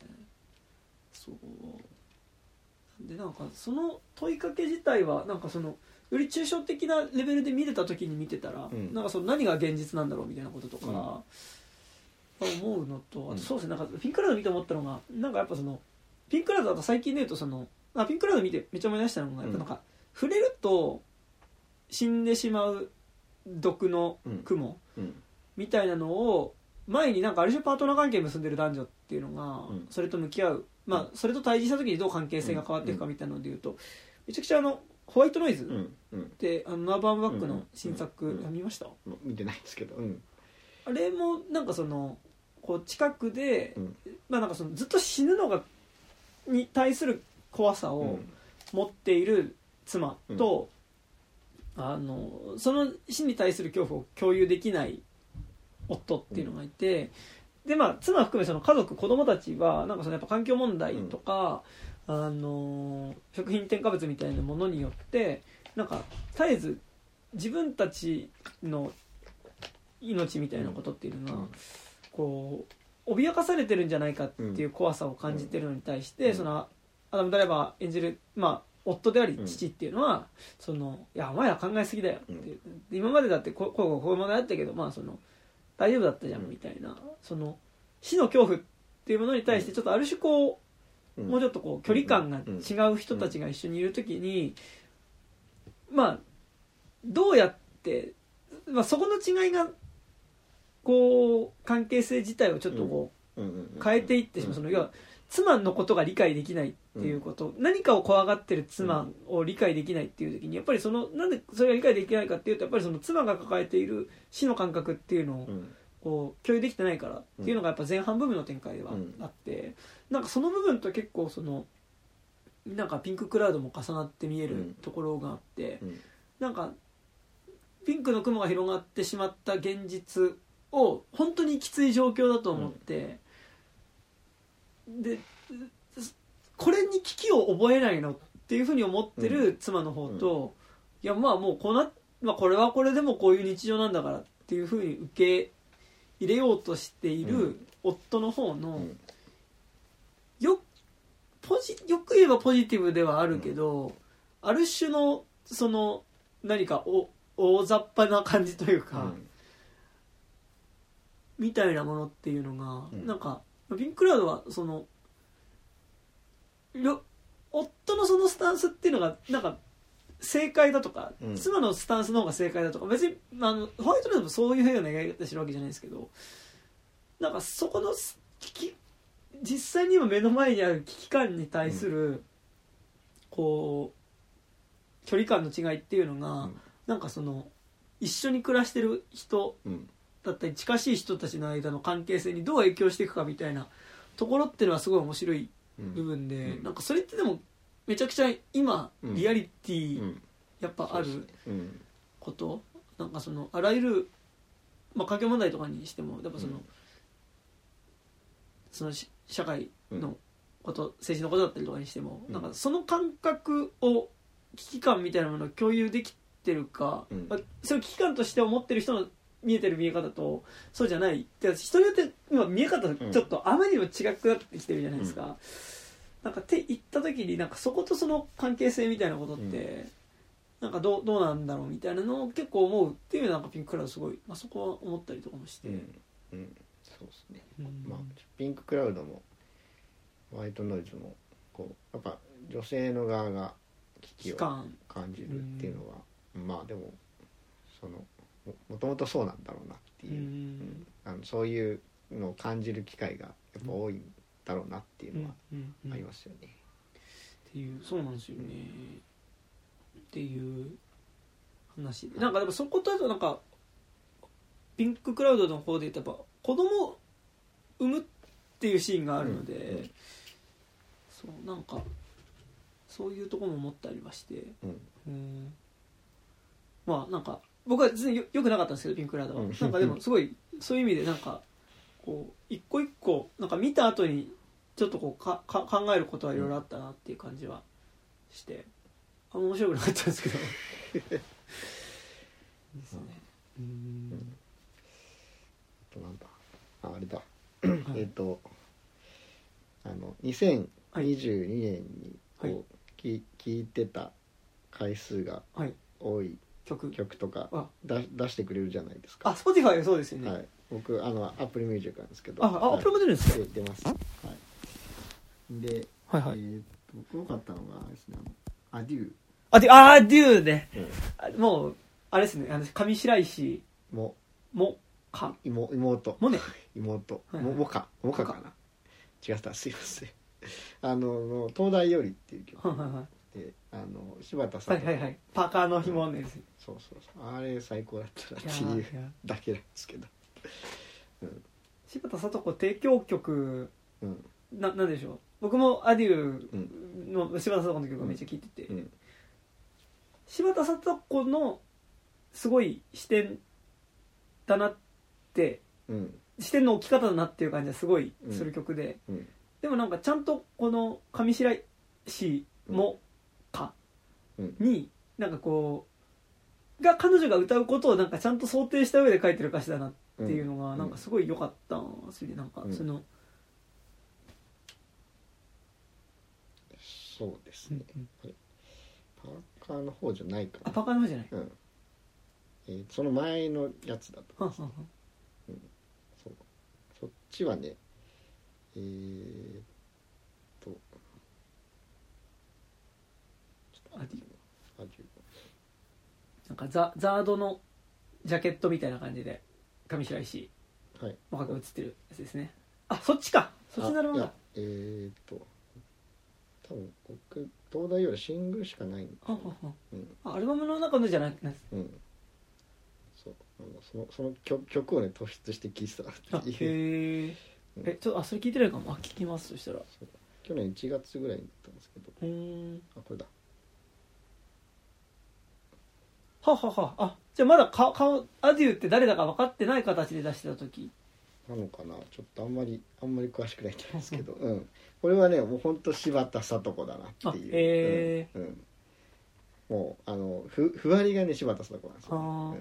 そうでなんかその問いかけ自体はなんかそのより抽象的なレベルで見れた時に見てたら、なんかその何が現実なんだろうみたいなこととか、思うのと、あとそうですね、なんかピンククラウド見て思ったのが、なんかやっぱそのピンククラウドだと最近で言うとそのピンククラウド見てめっちゃ思い出したのが、やっぱなんか触れると死んでしまう毒の雲みたいなのを前になんかある種パートナー関係結んでる男女っていうのがそれと向き合う、まあそれと対峙した時にどう関係性が変わっていくかみたいなので言うと、めちゃくちゃホワイトノイズってノア・バーンバックの新作見ました？
見てないですけど、
あれもなんかそのこう近くで、まあなんかそのずっと死ぬのがに対する怖さを持っている妻と、その死に対する恐怖を共有できない夫っていうのがいて、でまあ妻含めその家族子供たちはなんかそのやっぱ環境問題とか、食品添加物みたいなものによってなんか絶えず自分たちの命みたいなことっていうのがこう脅かされてるんじゃないかっていう怖さを感じてるのに対して、そのアダム・ドライバー演じる、まあ、夫であり父っていうのは、そのいやお前ら考えすぎだよって、今までだってこういうものだったけど、まあその大丈夫だったじゃんみたいな、その死の恐怖っていうものに対してちょっとある種こう、もうちょっとこう距離感が違う人たちが一緒にいるときに、まあどうやって、まあ、そこの違いがこう関係性自体をちょっとこう変えていってしまう、その要は妻のことが理解できないっていうこと、何かを怖がってる妻を理解できないっていう時にやっぱりそのなんでそれが理解できないかっていうと、やっぱりその妻が抱えている死の感覚っていうのをこう共有できてないからっていうのがやっぱ前半部分の展開ではあって、なんかその部分と結構そのなんかピンククラウドも重なって見えるところがあって、なんかピンクの雲が広がってしまった現実を本当にきつい状況だと思って、でこれに危機を覚えないのっていうふうに思ってる妻の方と、いやまあもうまあ、これはこれでもこういう日常なんだからっていうふうに受け入れようとしている夫の方の、よく言えばポジティブではあるけど、ある種のその何か大雑把な感じというか、みたいなものっていうのが、なんかピンククラウドはその夫のそのスタンスっていうのがなんか正解だとか、妻のスタンスの方が正解だとか、別にホワイトノイズもそういうような描き方してるわけじゃないですけど、なんかそこの実際に今目の前にある危機感に対するこう距離感の違いっていうのが、なんかその一緒に暮らしてる人だったり近しい人たちの間の関係性にどう影響していくかみたいなところっていうのはすごい面白い部分で、なんかそれってでもめちゃくちゃ今リアリティやっぱあること、なんかそのあらゆる、まあ、環境問題とかにしてもやっぱその社会のこと、政治のことだったりとかにしても、なんかその感覚を危機感みたいなものを共有できてるか、まあ、それを危機感として思ってる人の見えてる見え方とそうじゃないって人によって今見え方ちょっとあまりにも違くなってきてるじゃないですか、なんかって言った時になんかそことその関係性みたいなことって、なんかどうなんだろうみたいなのを結構思うっていうのはなんかピンククラウドすごい、まあ、そこは思ったりとかもして、
そうですね、まあ、ピンククラウドもホワイトノイズもこうやっぱ女性の側が危機を感じるっていうのは、まあでもそのもともとそうなんだろうなっていう、そういうのを感じる機会がやっぱ多いんだろうなっていうのはありますよね、
っていうそうなんですよね、っていう話で、なんかでもそことあとなんかピンククラウドの方で言うとやっぱ子供を産むっていうシーンがあるので、そうなんかそういうところも思ったりはして、まあなんか僕は全然よくなかったんですけどピンククラウドは、なんかでもすごいそういう意味でなんかこう一個一個なんか見た後にちょっとこう考えることはいろいろあったなっていう感じはして面白くなかったんですけどですね。
なんだあれだ2022年にこう、聴いてた回数が多い曲とか出してくれるじゃないですか。
Spotify はそうですよね。
はい、僕Apple Music なんですけど。
Apple も出るんですか？
出ます。はい。で、僕多かったのがですね、アデュ
ーね、もうあれですね、上白石もか
妹
もね
妹もかな、違った、すいません。東大よりっていう曲で、柴田さん、
パーカーの紐ね、
そうあれ最高だったなっていうだけなんですけど、
柴田聡子提供曲、なんでしょう、僕もアデューの柴田聡子の曲をめっちゃ聴いてて、柴田聡子のすごい視点だなって、視点の置き方だなっていう感じはすごいする曲で、でもなんかちゃんとこの上白石もかになんかこうが彼女が歌うことをなんかちゃんと想定した上で書いてる歌詞だなっていうのがなんかすごい良かったんですよね。なんかその
そうですね、パーカーの方じゃないかな。
パーカーの方じゃない、
その前のやつだと、そっちはね、
アデュなんかザードのジャケットみたいな感じで上白石もかが映ってるやつですね。そっちか、そっちなるほど。
多分僕東大よりシングルしかないんで、
アルバムの中のじゃないです。
その曲をね突出して聴いてたっていう。
ちょっとそれ聞いてないかも。聞きます。そしたら
去年1月ぐらいに行ったんですけど、これだ。
じゃあまだアデューって誰だか分かってない形で出してた時
なのかな。ちょっとあんまり詳しくないんですけど、これはねもうほんと柴田聡子だなっていう。もうふわりがね柴田聡子なんですよ。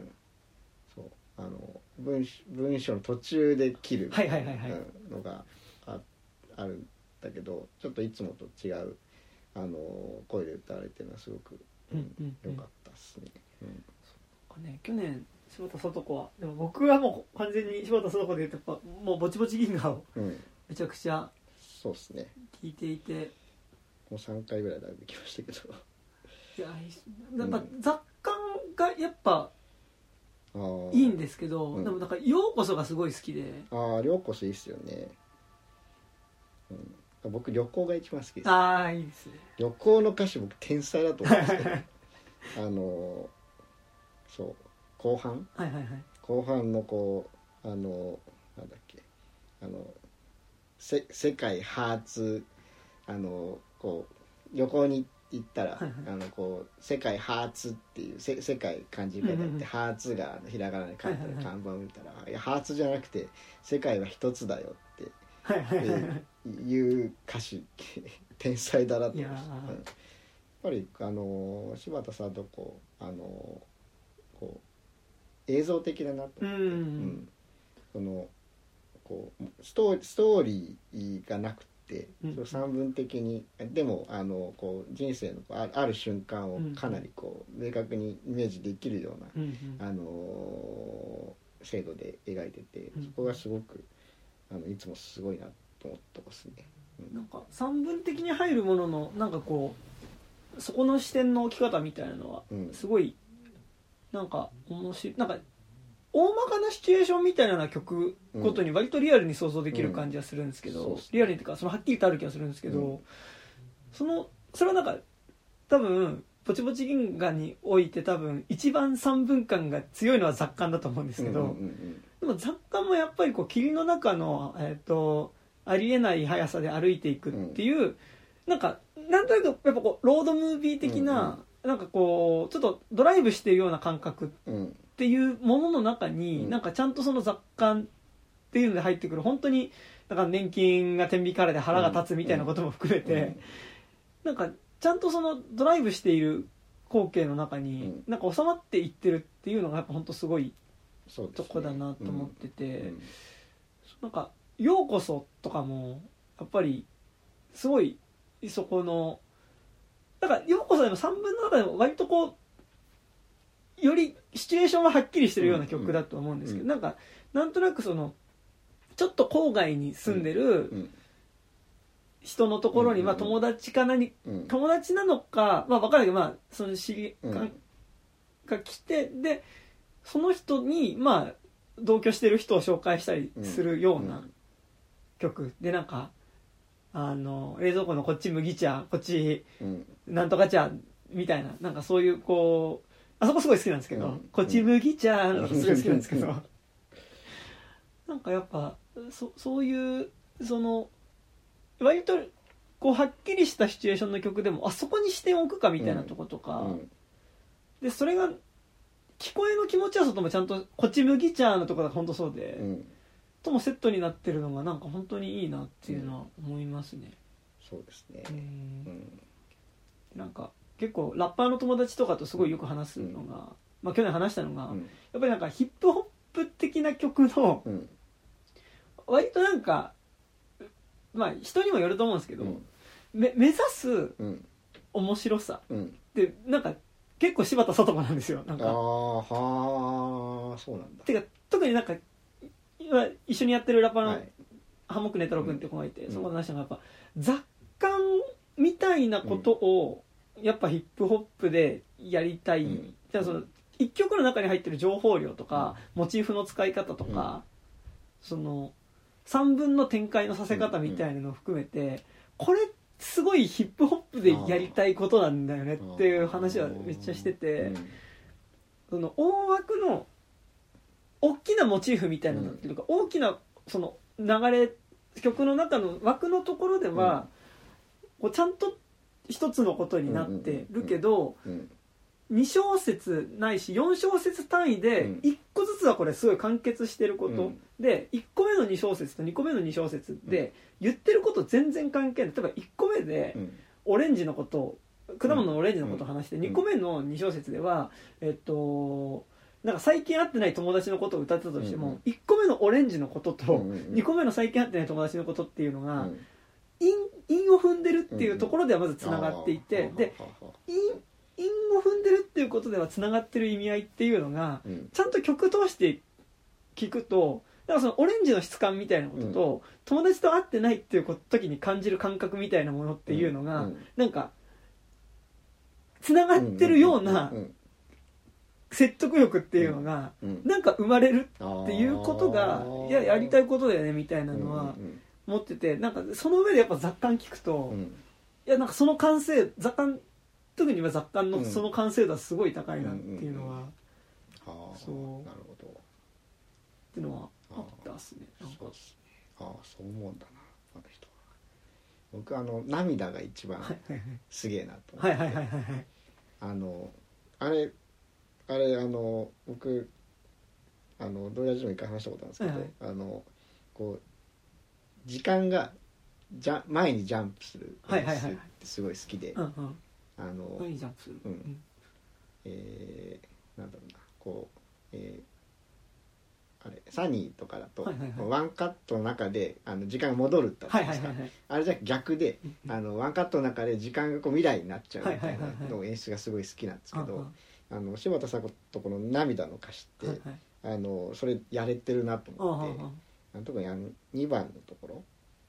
文章の途中で切るのがあるんだけど、ちょっといつもと違う声で歌われてるのはすごく良かったですね。
去年柴田聡子はでも僕はもう完全に柴田聡子で言うともうぼちぼち銀河をめちゃくちゃ
そうですね
聞いていて、
もう3回ぐらいライブ行きましたけど、
いややっぱ雑感がやっぱいいんですけど、でもなんかようこそがすごい好きで。
ようこそいいっすよね。僕旅行が一番好きです。
いいですね。
旅行の歌詞僕天才だと思うんですけどそう後半のこうなんだっけ世界初こう旅行に行ったらこう世界初っていう世界漢字書いてあって、初がひらがなで書いてある看板を見たら、いや初じゃなくて世界は一つだよっていう歌詞天才だなと思いました。やっぱり柴田聡子こう映像的だなと思って、そのこうストーリーがなくて、散文的にでもこう人生のある瞬間をかなりこう明確にイメージできるような、精度で描いてて、そこがすごくいつもすごいなと思ってますね。
なんか散文的に入るもののなんかこうそこの視点の置き方みたいなのはすごいなんか面白い。なんか大まかなシチュエーションみたいな曲ごとに割とリアルに想像できる感じはするんですけど、リアルにっていうかそのはっきりとある気がするんですけど、それはなんか多分ぼちぼち銀河において多分一番散文感が強いのは雑感だと思うんですけど、でも雑感もやっぱりこう霧の中のありえない速さで歩いていくっていう、なんとなくやっぱこうロードムービー的な、なんかこうちょっとドライブしてるような感覚っていうものの中に、なんかちゃんとその雑感っていうので入ってくる本当にだから年金が天引かれて腹が立つみたいなことも含めて、なんかちゃんとそのドライブしている光景の中になんか収まっていってるっていうのがやっぱ本当すごいとこだなと思ってて、なんかようこそとかもやっぱりすごいそこのだからようこそでも3分の中でも割とこうよりシチュエーションがはっきりしてるような曲だと思うんですけど、なんとなくそのちょっと郊外に住んでる人のところに友達か何、友達なのか分からないけどその知り合いが来て、でその人に同居してる人を紹介したりするような曲で、なんか冷蔵庫のこっち麦茶こっちなんとか茶みたいな、なんかそういうこうあそこすごい好きなんですけど、こっち麦茶のすごい好きなんですけどなんかやっぱそういうその割とこうはっきりしたシチュエーションの曲でもあそこに視点を置くかみたいなとことか、でそれが聞こえの気持ちよさともちゃんとこっち麦茶のところが本当そうで、ともセットになってるのがなんか本当にいいなっていうのは思いますね。
そうですね。
なんか結構ラッパーの友達とかとすごいよく話すのが、去年話したのが、やっぱりなんかヒップホップ的な曲の、割となんか人にもよると思うんですけど、目指す面白さってなんか結構柴田聡子なんですよ。なんか
そうなんだ。
てか特になんか今一緒にやってるラッパーのハモクネ太郎君って子がいて、そこの話がやっぱ雑感みたいなことをやっぱヒップホップでやりたい、じゃあその一曲の中に入ってる情報量とか、モチーフの使い方とか、その3分の展開のさせ方みたいなのを含めて、これすごいヒップホップでやりたいことなんだよねっていう話はめっちゃしてて、その大枠の大きなモチーフみたいなのっていうか、大きなその流れ曲の中の枠のところでは、こうちゃんと一つのことになってるけど、2小節ないし4小節単位で1個ずつはこれすごい完結してることで、1個目の2小節と2個目の2小節で言ってること全然関係ない。例えば1個目でオレンジのこと果物のオレンジのことを話して、2個目の2小節ではなんか最近会ってない友達のことを歌ってたとしても、1個目のオレンジのことと2個目の最近会ってない友達のことっていうのが韻を踏んでるっていうところではまずつながっていて、で韻を踏んでるっていうことではつながってる意味合いっていうのがちゃんと曲通して聞くと、だからそのオレンジの質感みたいなことと、友達と会ってないっていう時に感じる感覚みたいなものっていうのがなんかつながってるような説得力っていうのがなんか生まれるっていうことがやりたいことだよねみたいなのは持ってて、なんかその上でやっぱ雑感聞くと、いやなんかその完成雑感特に雑感のその完成度はすごい高いなっていうのは、そう
なるほど
っていうのはあったっすね。
そうですね。そう思うんだなあの人は。僕涙が一番すげえなと思って、あれ僕ドイラジも一回話したことあるんですけど、こう時間が前にジャンプする演出ってすごい好きで、
前にジャンプする、
なんだろうな、こう、あれサニーとかだと、ワンカットの中で時間が戻るってあるじゃないですか、あれじゃ逆でワンカットの中で時間がこう未来になっちゃうみたいなの演出がすごい好きなんですけど、柴田さんとこの涙の歌詞って、それやれてるなと思って、特に2番のところ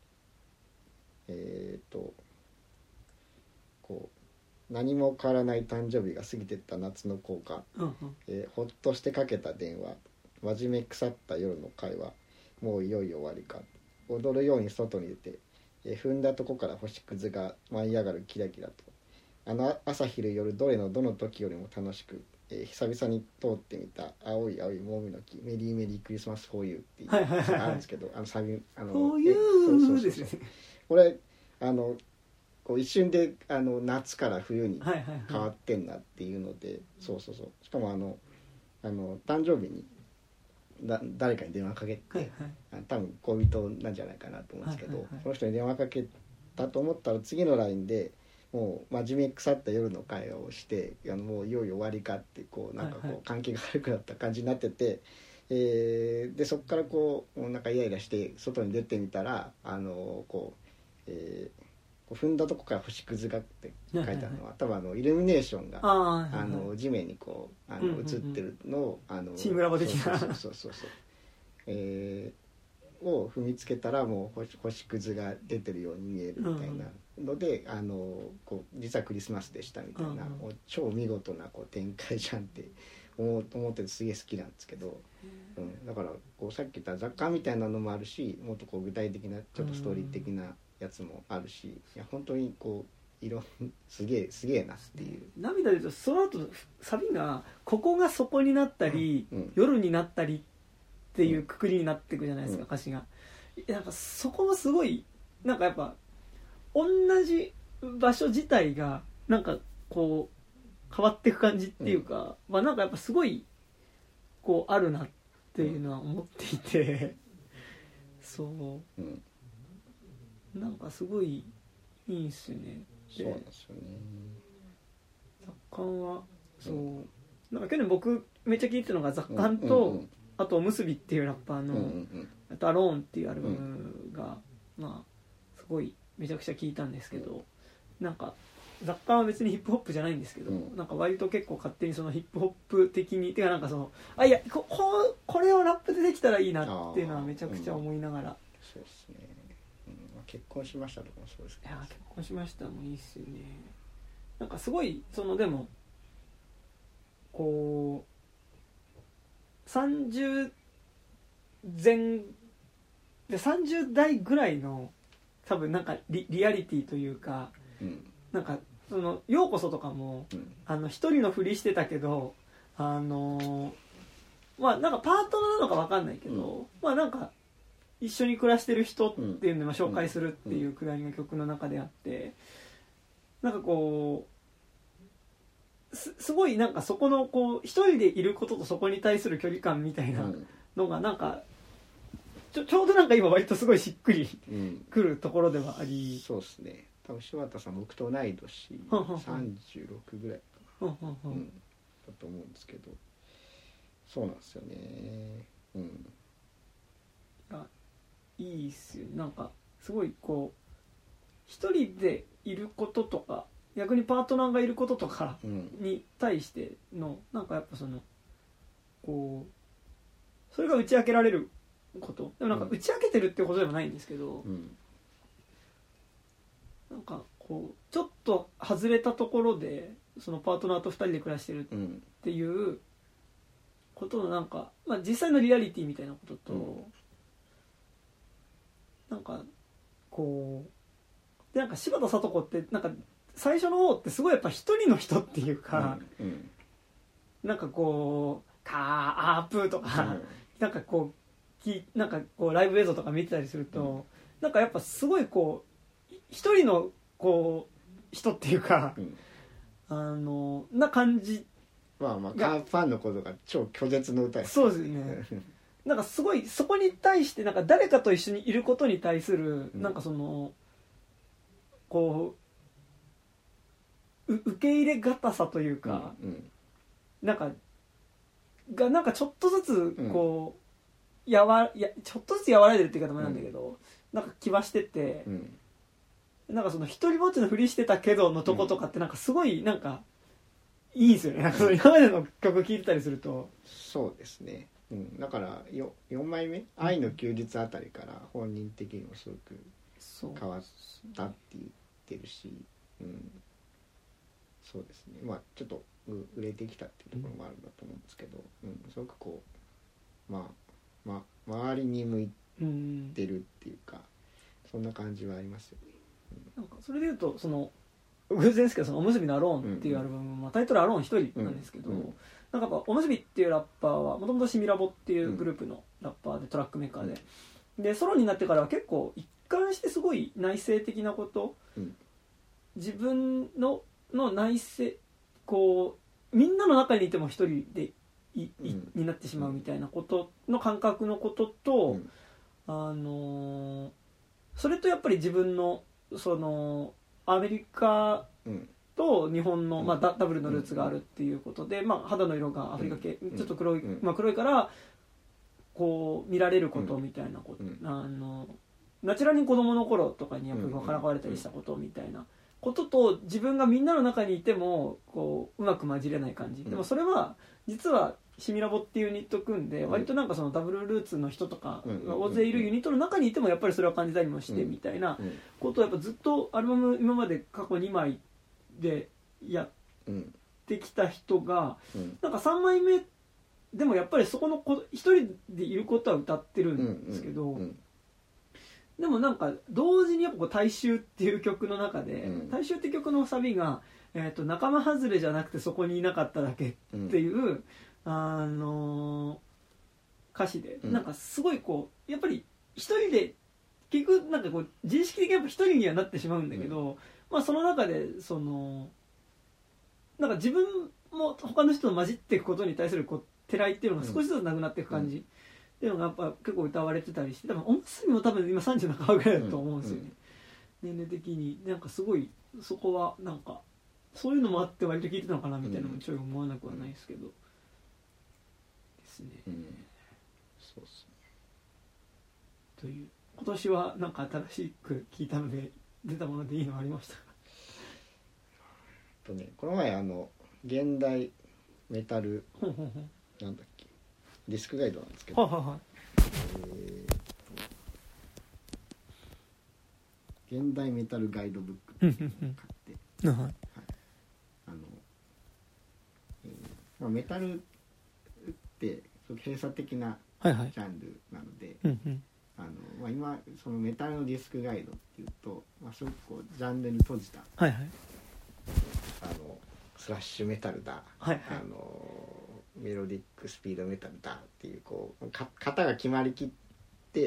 こう何も変わらない誕生日が過ぎてった夏の効果、ほっとしてかけた電話、真面目腐った夜の会話、もういよいよ終わりか、踊るように外に出て、踏んだとこから星屑が舞い上がるキラキラと、朝昼夜どれのどの時よりも楽しく、久々に通ってみた青い青いもみの木、メリーメリークリスマスフォーユーっていうのがあるんですけど、サビ
フォーユーですね。
これこう一瞬で夏から冬に変わってんなっていうので、そうしかも誕生日に誰かに電話かけて、
はいはい、
多分恋人なんじゃないかなと思うんですけど、はいはいはい、その人に電話かけたと思ったら次の LINE でもう真面目腐った夜の会話をしてもういよいよ終わりかってこうなんかこう、はいはい、関係が悪くなった感じになってて、でそこからこうなんかイライラして外に出てみたらこう、踏んだとこから星屑がって書いてあるのは、はいはいはい、多分イルミネーションが
はいはい、
地面にこう映ってるのを
チームラボ的な
そうを踏みつけたらもう星屑が出てるように見えるみたいなので、こう実はクリスマスでしたみたいな、もう超見事なこう展開じゃんって思っててすげえ好きなんですけど、だからこうさっき言った雑貨みたいなのもあるし、もっとこう具体的なちょっとストーリー的なやつもあるし、いや本当にこうすげえなっていう。
涙で言うとその後サビがここがそこになったり、夜になったりっていうくくりになっていくじゃないですか、歌詞が。なんかそこもすごいなんかやっぱ同じ場所自体がなんかこう変わっていく感じっていうか、まあなんかやっぱすごいこうあるなっていうのは思っていて、そう、なんかすごいいいんすよね。
そうなんですよね。
雑感はそうなんか去年僕めっちゃ聴いてたのが雑感と、あとおむすびっていうラッパーの、あとアローンっていうアルバムが、まあすごいめちゃくちゃ聴いたんですけど、なんか雑感は別にヒップホップじゃないんですけど、なんか割と結構勝手にそのヒップホップ的にてかなんかそのいやこれをラップでできたらいいなっていうのはめちゃくちゃ思いながら、
そうですね、結婚しましたとかもそうですけど、
いや結婚しましたもいいっすよね。なんかすごいそのでもこう30代ぐらいの多分なんかリアリティというか、なんかそのようこそとかも、一人のふりしてたけどまあなんかパートナーなのか分かんないけど、まあなんか一緒に暮らしてる人っていうのを紹介するっていうくらいの曲の中であって、なんかこうすごいなんかそこのこう一人でいることとそこに対する距離感みたいなのがなんかちょうどなんか今割とすごいしっくりくるところではあり、
そうですね。多分柴田さん僕と同い年36ぐらいかな、だと思うんですけど、そうなんですよね。
いいっすよ。なんかすごいこう一人でいることとか逆にパートナーがいることとかに対してのなんかやっぱそのこうそれが打ち明けられること、でもなんか打ち明けてるってことでもないんですけど、なんかこうちょっと外れたところでそのパートナーと2人で暮らしてるっていうことのなんか、まあ、実際のリアリティみたいなことと、なんかこうでなんか柴田聡子ってなんか最初の方ってすごいやっぱ一人の人っていうか、なんかこうカープーとか、なんかこうライブ映像とか見てたりすると、なんかやっぱすごいこう一人のこう人っていうか、な感じ。
まあカープファンのことが超拒絶の歌です。
そうですね。なんかすごいそこに対してなんか誰かと一緒にいることに対するなんかそのこう受け入れがたさというか、なんかちょっとずつこうちょっとずつ和らいでるって言い方もなんだけど、なんか気はしてて、なんかその一人ぼっちのふりしてたけどのとことかってなんかすごいなんかいいんですよね。なんか今までの曲聴いてたりすると、
そうですね。だから4枚目「愛の休日」あたりから本人的にもすごく変わったって言ってるし、そうですね。まあちょっと売れてきたっていうところもあるんだと思うんですけど、すごくこう周りに向いてるっていうか、そんな感じはありますよね。
なんかそれでいうとその偶然ですけどそのおむすびのアローンっていうアルバム、タイトルアローン一人なんですけど、なんかやっぱおむすびっていうラッパーはもともとシミラボっていうグループのラッパーでトラックメーカーで、ソロになってからは結構一貫してすごい内省的なこと、自分の内省こうみんなの中にいても一人でになってしまうみたいなことの感覚のことと、それとやっぱり自分のそのアメリカと日本の、ダブルのルーツがあるっていうことで、肌の色がアフリカ系、ちょっと黒い、黒いからこう見られることみたいなこと、ナチュラルに子供の頃とかにやっぱりからかわれたりしたことみたいなことと、自分がみんなの中にいてもこううまく混じれない感じ、でもそれは実はシミラボっていうユニット組んで、割となんかそのダブルルーツの人とかが大勢いるユニットの中にいてもやっぱりそれは感じたりもしてみたいなことをやっぱずっとアルバム今まで過去2枚でやってきた人が、なんか3枚目でもやっぱりそこの一人でいることは歌ってるんですけど、でもなんか同時にやっぱこう大衆っていう曲の中で、大衆って曲のサビが、仲間外れじゃなくてそこにいなかっただけっていう、歌詞で、なんかすごいこうやっぱり一人で結局なんかこう自意識的にやっぱ一人にはなってしまうんだけど、その中でそのなんか自分も他の人と混じっていくことに対するこうてらいっていうのが少しずつなくなっていく感じっていうのがやっぱ結構歌われてたりして、多分おむすびも多分今30半ばぐらいだと思うんですよね、年齢的に。なんかすごいそこはなんかそういうのもあって割と聴いてたのかなみたいなのもちょい思わなくはないですけど、ですね、
そうですね。
という今年はなんか新しく聴いたので出たものでいいのありましたか？
この前現代メタルなんだっけディスクガイドなんですけど、現代メタルガイドブックっていうのを買って、メタルって閉鎖的なジャンルなので、今そのメタルのディスクガイドっていうと、すごくこうジャンルに閉じた、スラッシュメタルだ、メロディックスピードメタルだっていうこう型が決まりきって、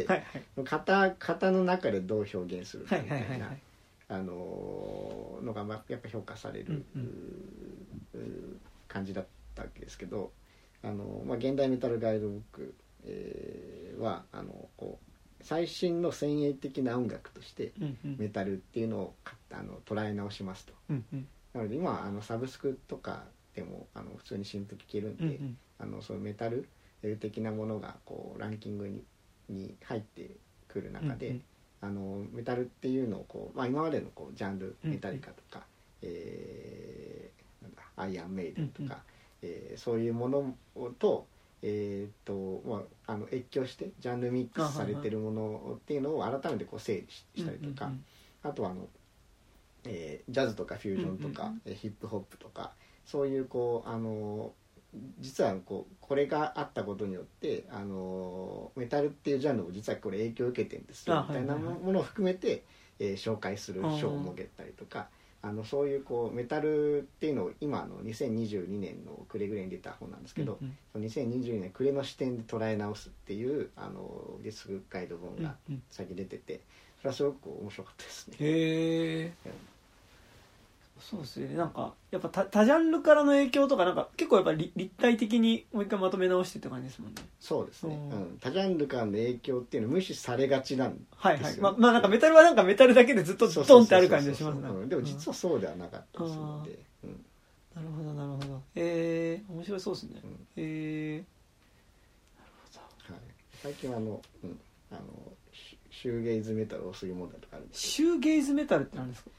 型の中でどう表現するかみたいな、のがやっぱ評価される、感じだったわけですけど、現代メタルガイドブック、はこう最新の先鋭的な音楽としてメタルっていうのを捉え直しますと。なので今サブスクとかでも普通に新譜聴けるんで、そのメタル的なものがこうランキングに入ってくる中で、メタルっていうのをこう、今までのこうジャンルメタリカとか、アイアンメイデンとか、そういうものと、越境してジャンルミックスされてるものっていうのを改めてこう整理したりとか、あとはジャズとかフュージョンとか、ヒップホップとか、そういうこう実はこれがあったことによってメタルっていうジャンルも実はこれ影響を受けてるんですよみたいなものを含めて、紹介する賞を設けたりとか、そういうこうメタルっていうのを今2022年の暮れぐらいに出た本なんですけど、2022年暮れの視点で捉え直すっていうディスクガイド本が先出てて、それはすごく面白かったですね。
へー、そうですね。なんかやっぱ多ジャンルからの影響とかなんか結構やっぱり立体的にもう一回まとめ直してって感じですもんね。
そうですね、多ジャンルからの影響っていうのは無視されがちなんですよ、
なんかメタルはなんかメタルだけでずっとドンってある感じがしますね。
でも実はそうではなかったですので、
なるほどなるほど。面白そうですね。なる
ほど。最近はシューゲイズメタル多すぎ問題とかあるんですけど。
シューゲイズメタルって何ですか？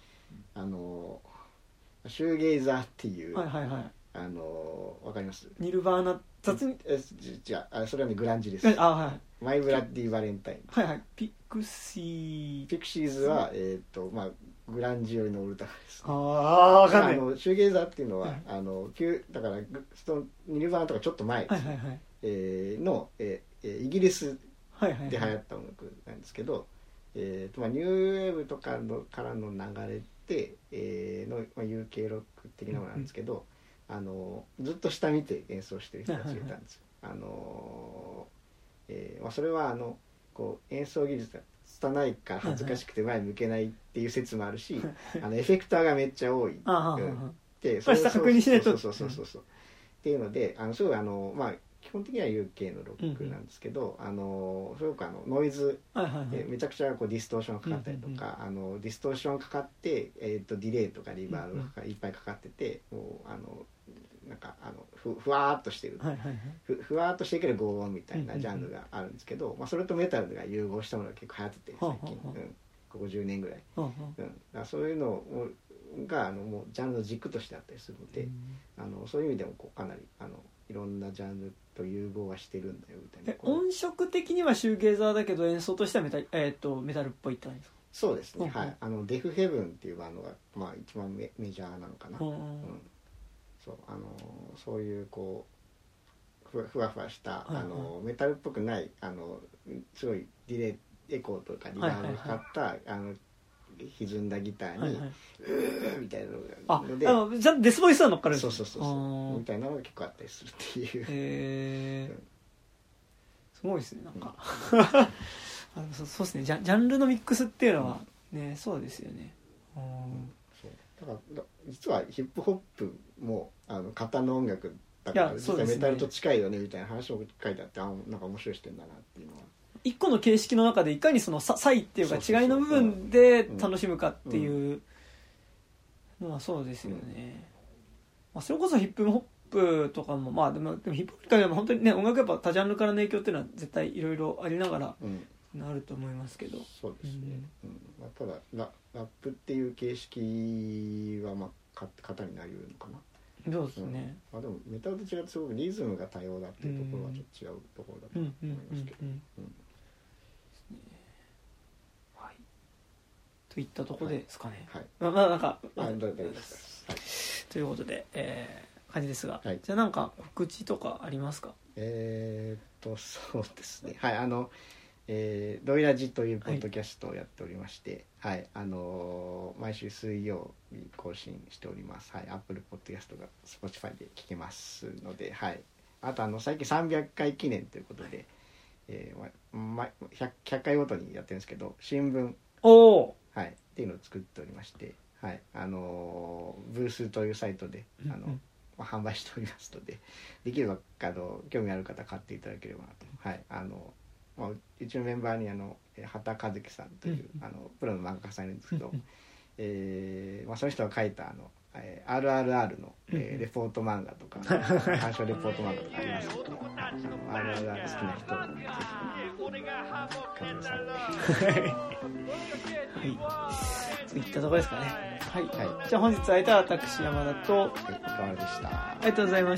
シューゲイザーっていう、
わ
かります？
ニルバーナ雑に
じゃあそれはねグランジです。マイブラッディバレンタイン。
ピクシ
ーズはグランジ寄りのオルタナです、ね。
わかんない。
シューゲイザーっていうのは、だからそのニルバーナとかちょっと前のイギリスで流行った音楽なんですけど、ニューウェーブとかからの流れで、UK ロック的なものなんですけど、ずっと下見て演奏してる人たちがいたんですよ。それはこう演奏技術が拙いから恥ずかしくて前向けないっていう説もあるし、エフェクターがめっちゃ多い。
でそれ確認しないと。
っていうのですごいまあ基本的には UK のロックなんですけど、すごくノイズ、めちゃくちゃこうディストーションかかったりとか、ディストーションかかって、ディレイとかリバーブがいっぱいかかってて、もうなんかふわーっとしてる、ふわーっとしてくる轟音みたいなジャンルがあるんですけど、まあ、それとメタルが融合したものが結構流行ってて最近、ここ10年ぐらい、だからそういうのがもうジャンルの軸としてあったりするので、そういう意味でもこうかなりいろんなジャンルと融合はしてるんだよみたいな。
音色的にはシューゲーザーだけど演奏としてはメタルっぽいって感じですか？
そうですね、はい。デフヘブンっていうバンドが、まあ、一番メジャーなのかな。そうそういうこうふわふわした、メタルっぽくないすごいディレイエコーとかリバーブがかかった歪んだギターにみたいなので、
じゃあデスボイスは乗っかるん
ですか？そうみたいなのが結構あったりするっていう。
すごいですね、なんかそうですね、ジャンルのミックスっていうのはね、そうですよね。
だから実はヒップホップも型の音楽だから実はメタルと近いよねみたいな話も書いてあって、なんか面白い視点だなっていうのは。
一個の形式の中でいかにその差異っていうか違いの部分で楽しむかっていうのはそうですよね。まあ、それこそヒップホップとかもまあでもヒップホップ界でも本当にね、音楽やっぱ多ジャンルからの影響っていうのは絶対いろいろありながらなると思いますけど。
そうですね。まあ、ただラップっていう形式はまあ型になりうるのかな。
そうですね。
でもメタルと違ってすごくリズムが多様だっていうところはちょっと違うところだと思いますけど。
といったところですかね。
はい。
まあなんか
大丈夫です。
ということで、感じですが、
はい、
じゃあなんか告知とかありますか？
そうですね。はい、ドイラジというポッドキャストをやっておりまして、はい、毎週水曜日更新しております。はい、Apple Podcast が Spotify で聞けますので、はい。あと最近300回記念ということで、100回ごとにやってるんですけど、新聞はい、っていうのを作っておりまして、はい、ブースというサイトで販売しておりますので、できれば興味ある方買っていただければなと。はい、まあ、うちのメンバーに畑和樹さんというプロの漫画家さんいるんですけど、まあ、その人が書いたRRR の、レポート漫画とか鑑賞レポート漫画とかありますので、RRR 好きな人はぜひ買ってください。
そういったところですかね。はい。じゃあ本日会えた私山田と
河原でした。
ありがとうございました。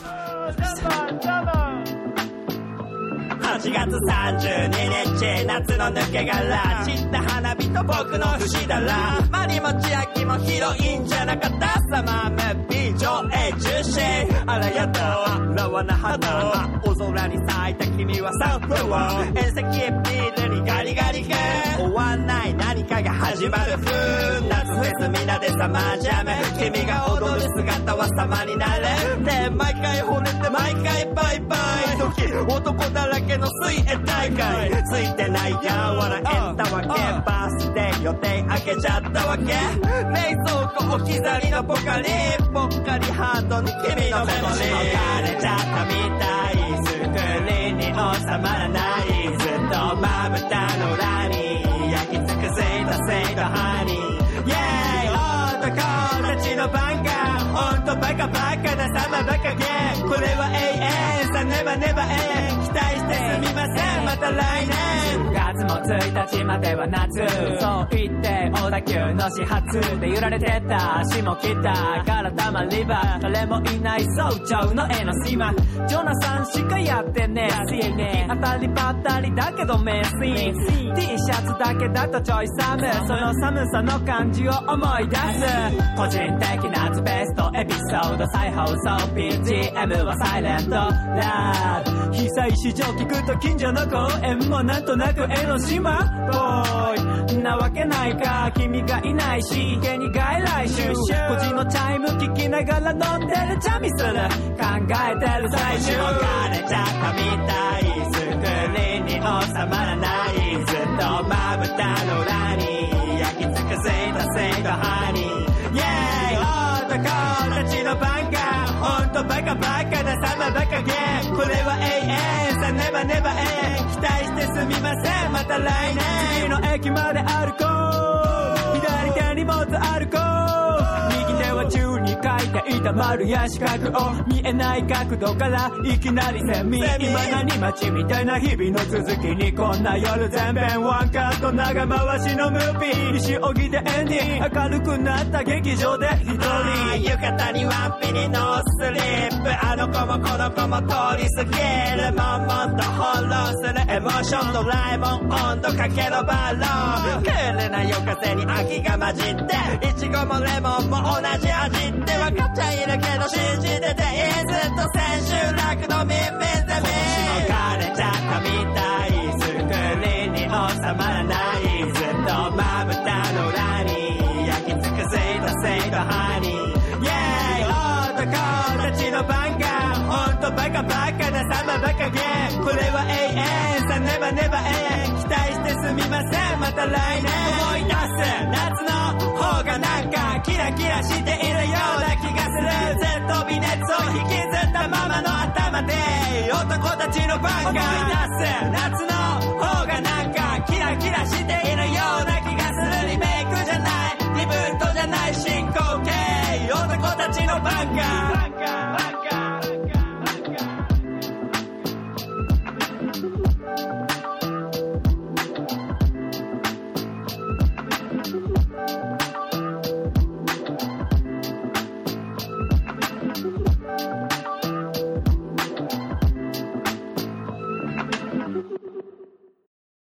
8月32日夏の抜け殻散った花火と僕の節だらマリも千秋もヒロインじゃなかったサマームービー上映中止あらやだラワな花大空に咲いた君はサンフラワー遠赤ビールにガリガリが終わんない何かが始まる夏フェスみんなでサマージャム君が踊る姿は様になるね毎回惚れて毎回バイバイ時男だらけの水泳大会ついてないやん笑えたわけバースデー予定開けちゃったわけ冷蔵庫置き去りのポカリぽっかりハートに君のメモリー枯れちゃったみたいスクリーンに収まらないずっとまぶたの裏に焼き尽くせたセイドハニーイェーイ男たちの番がほんとバカバカな様バカゲーこれは永遠さねばねば永遠期待してすみませんまた来年10月も1日までは夏そう言って小田急の始発で揺られてた足も来たからたまり場誰もいない早朝の江ノ島ジョナサンしかやってねえ当たりばったりだけどメッシー T シャツだけだとちょい寒その寒さの感じを思い出す個人的なベストエピソード再放送 BGM はサイレントラブ被災市場聞くと近所の公園もなんとなく江ノ島ボーイなわけないか君がいないし家に外来種個人のチャイム聞きながら飲んでるチャミする考えてる最終枯れちゃったみたいスクリーンに収まらないずっとまぶたの裏に焼き尽くせたセイドハニーイェーイ男たちの番がほんとバカバカなサマバカゲームこれは永遠さネバネバ期待してすみませんまた来年次の駅まで歩こう左手に持つアルコール右手は宙に書いていた丸や四角を見えない角度からいきなりセミ今何待ちみたいな日々の続きにこんな夜全編ワンカット長回しのムービー西荻でエンディング明るくなった劇場で一人浴衣にワンピにノースリップあの子もこの子も通り過ぎる悶々と翻弄するエモーションドラえもん温度かけろバロークールな夜風に秋が混じってイチゴもレモンも同じ味って分かっちゃいるけど信じてていいずっと千秋楽のミンミンゼミ星も枯れちゃったみたいスクリーンに収まらないずっとまぶたの裏に焼き尽くせいとせいとハニーイェーイ男たちの番がほんとバカバカなサマバカゲームこれは永遠さネバネバ期待してすみませんまた来年思い出す夏の方がなんかキラキラしているような気がするずっと微熱を引きずったままの頭で男たちの番が思い出す夏の方がなんかキラキラしているような気がするリメイクじゃないリブートじゃない進行形男たちの番が 「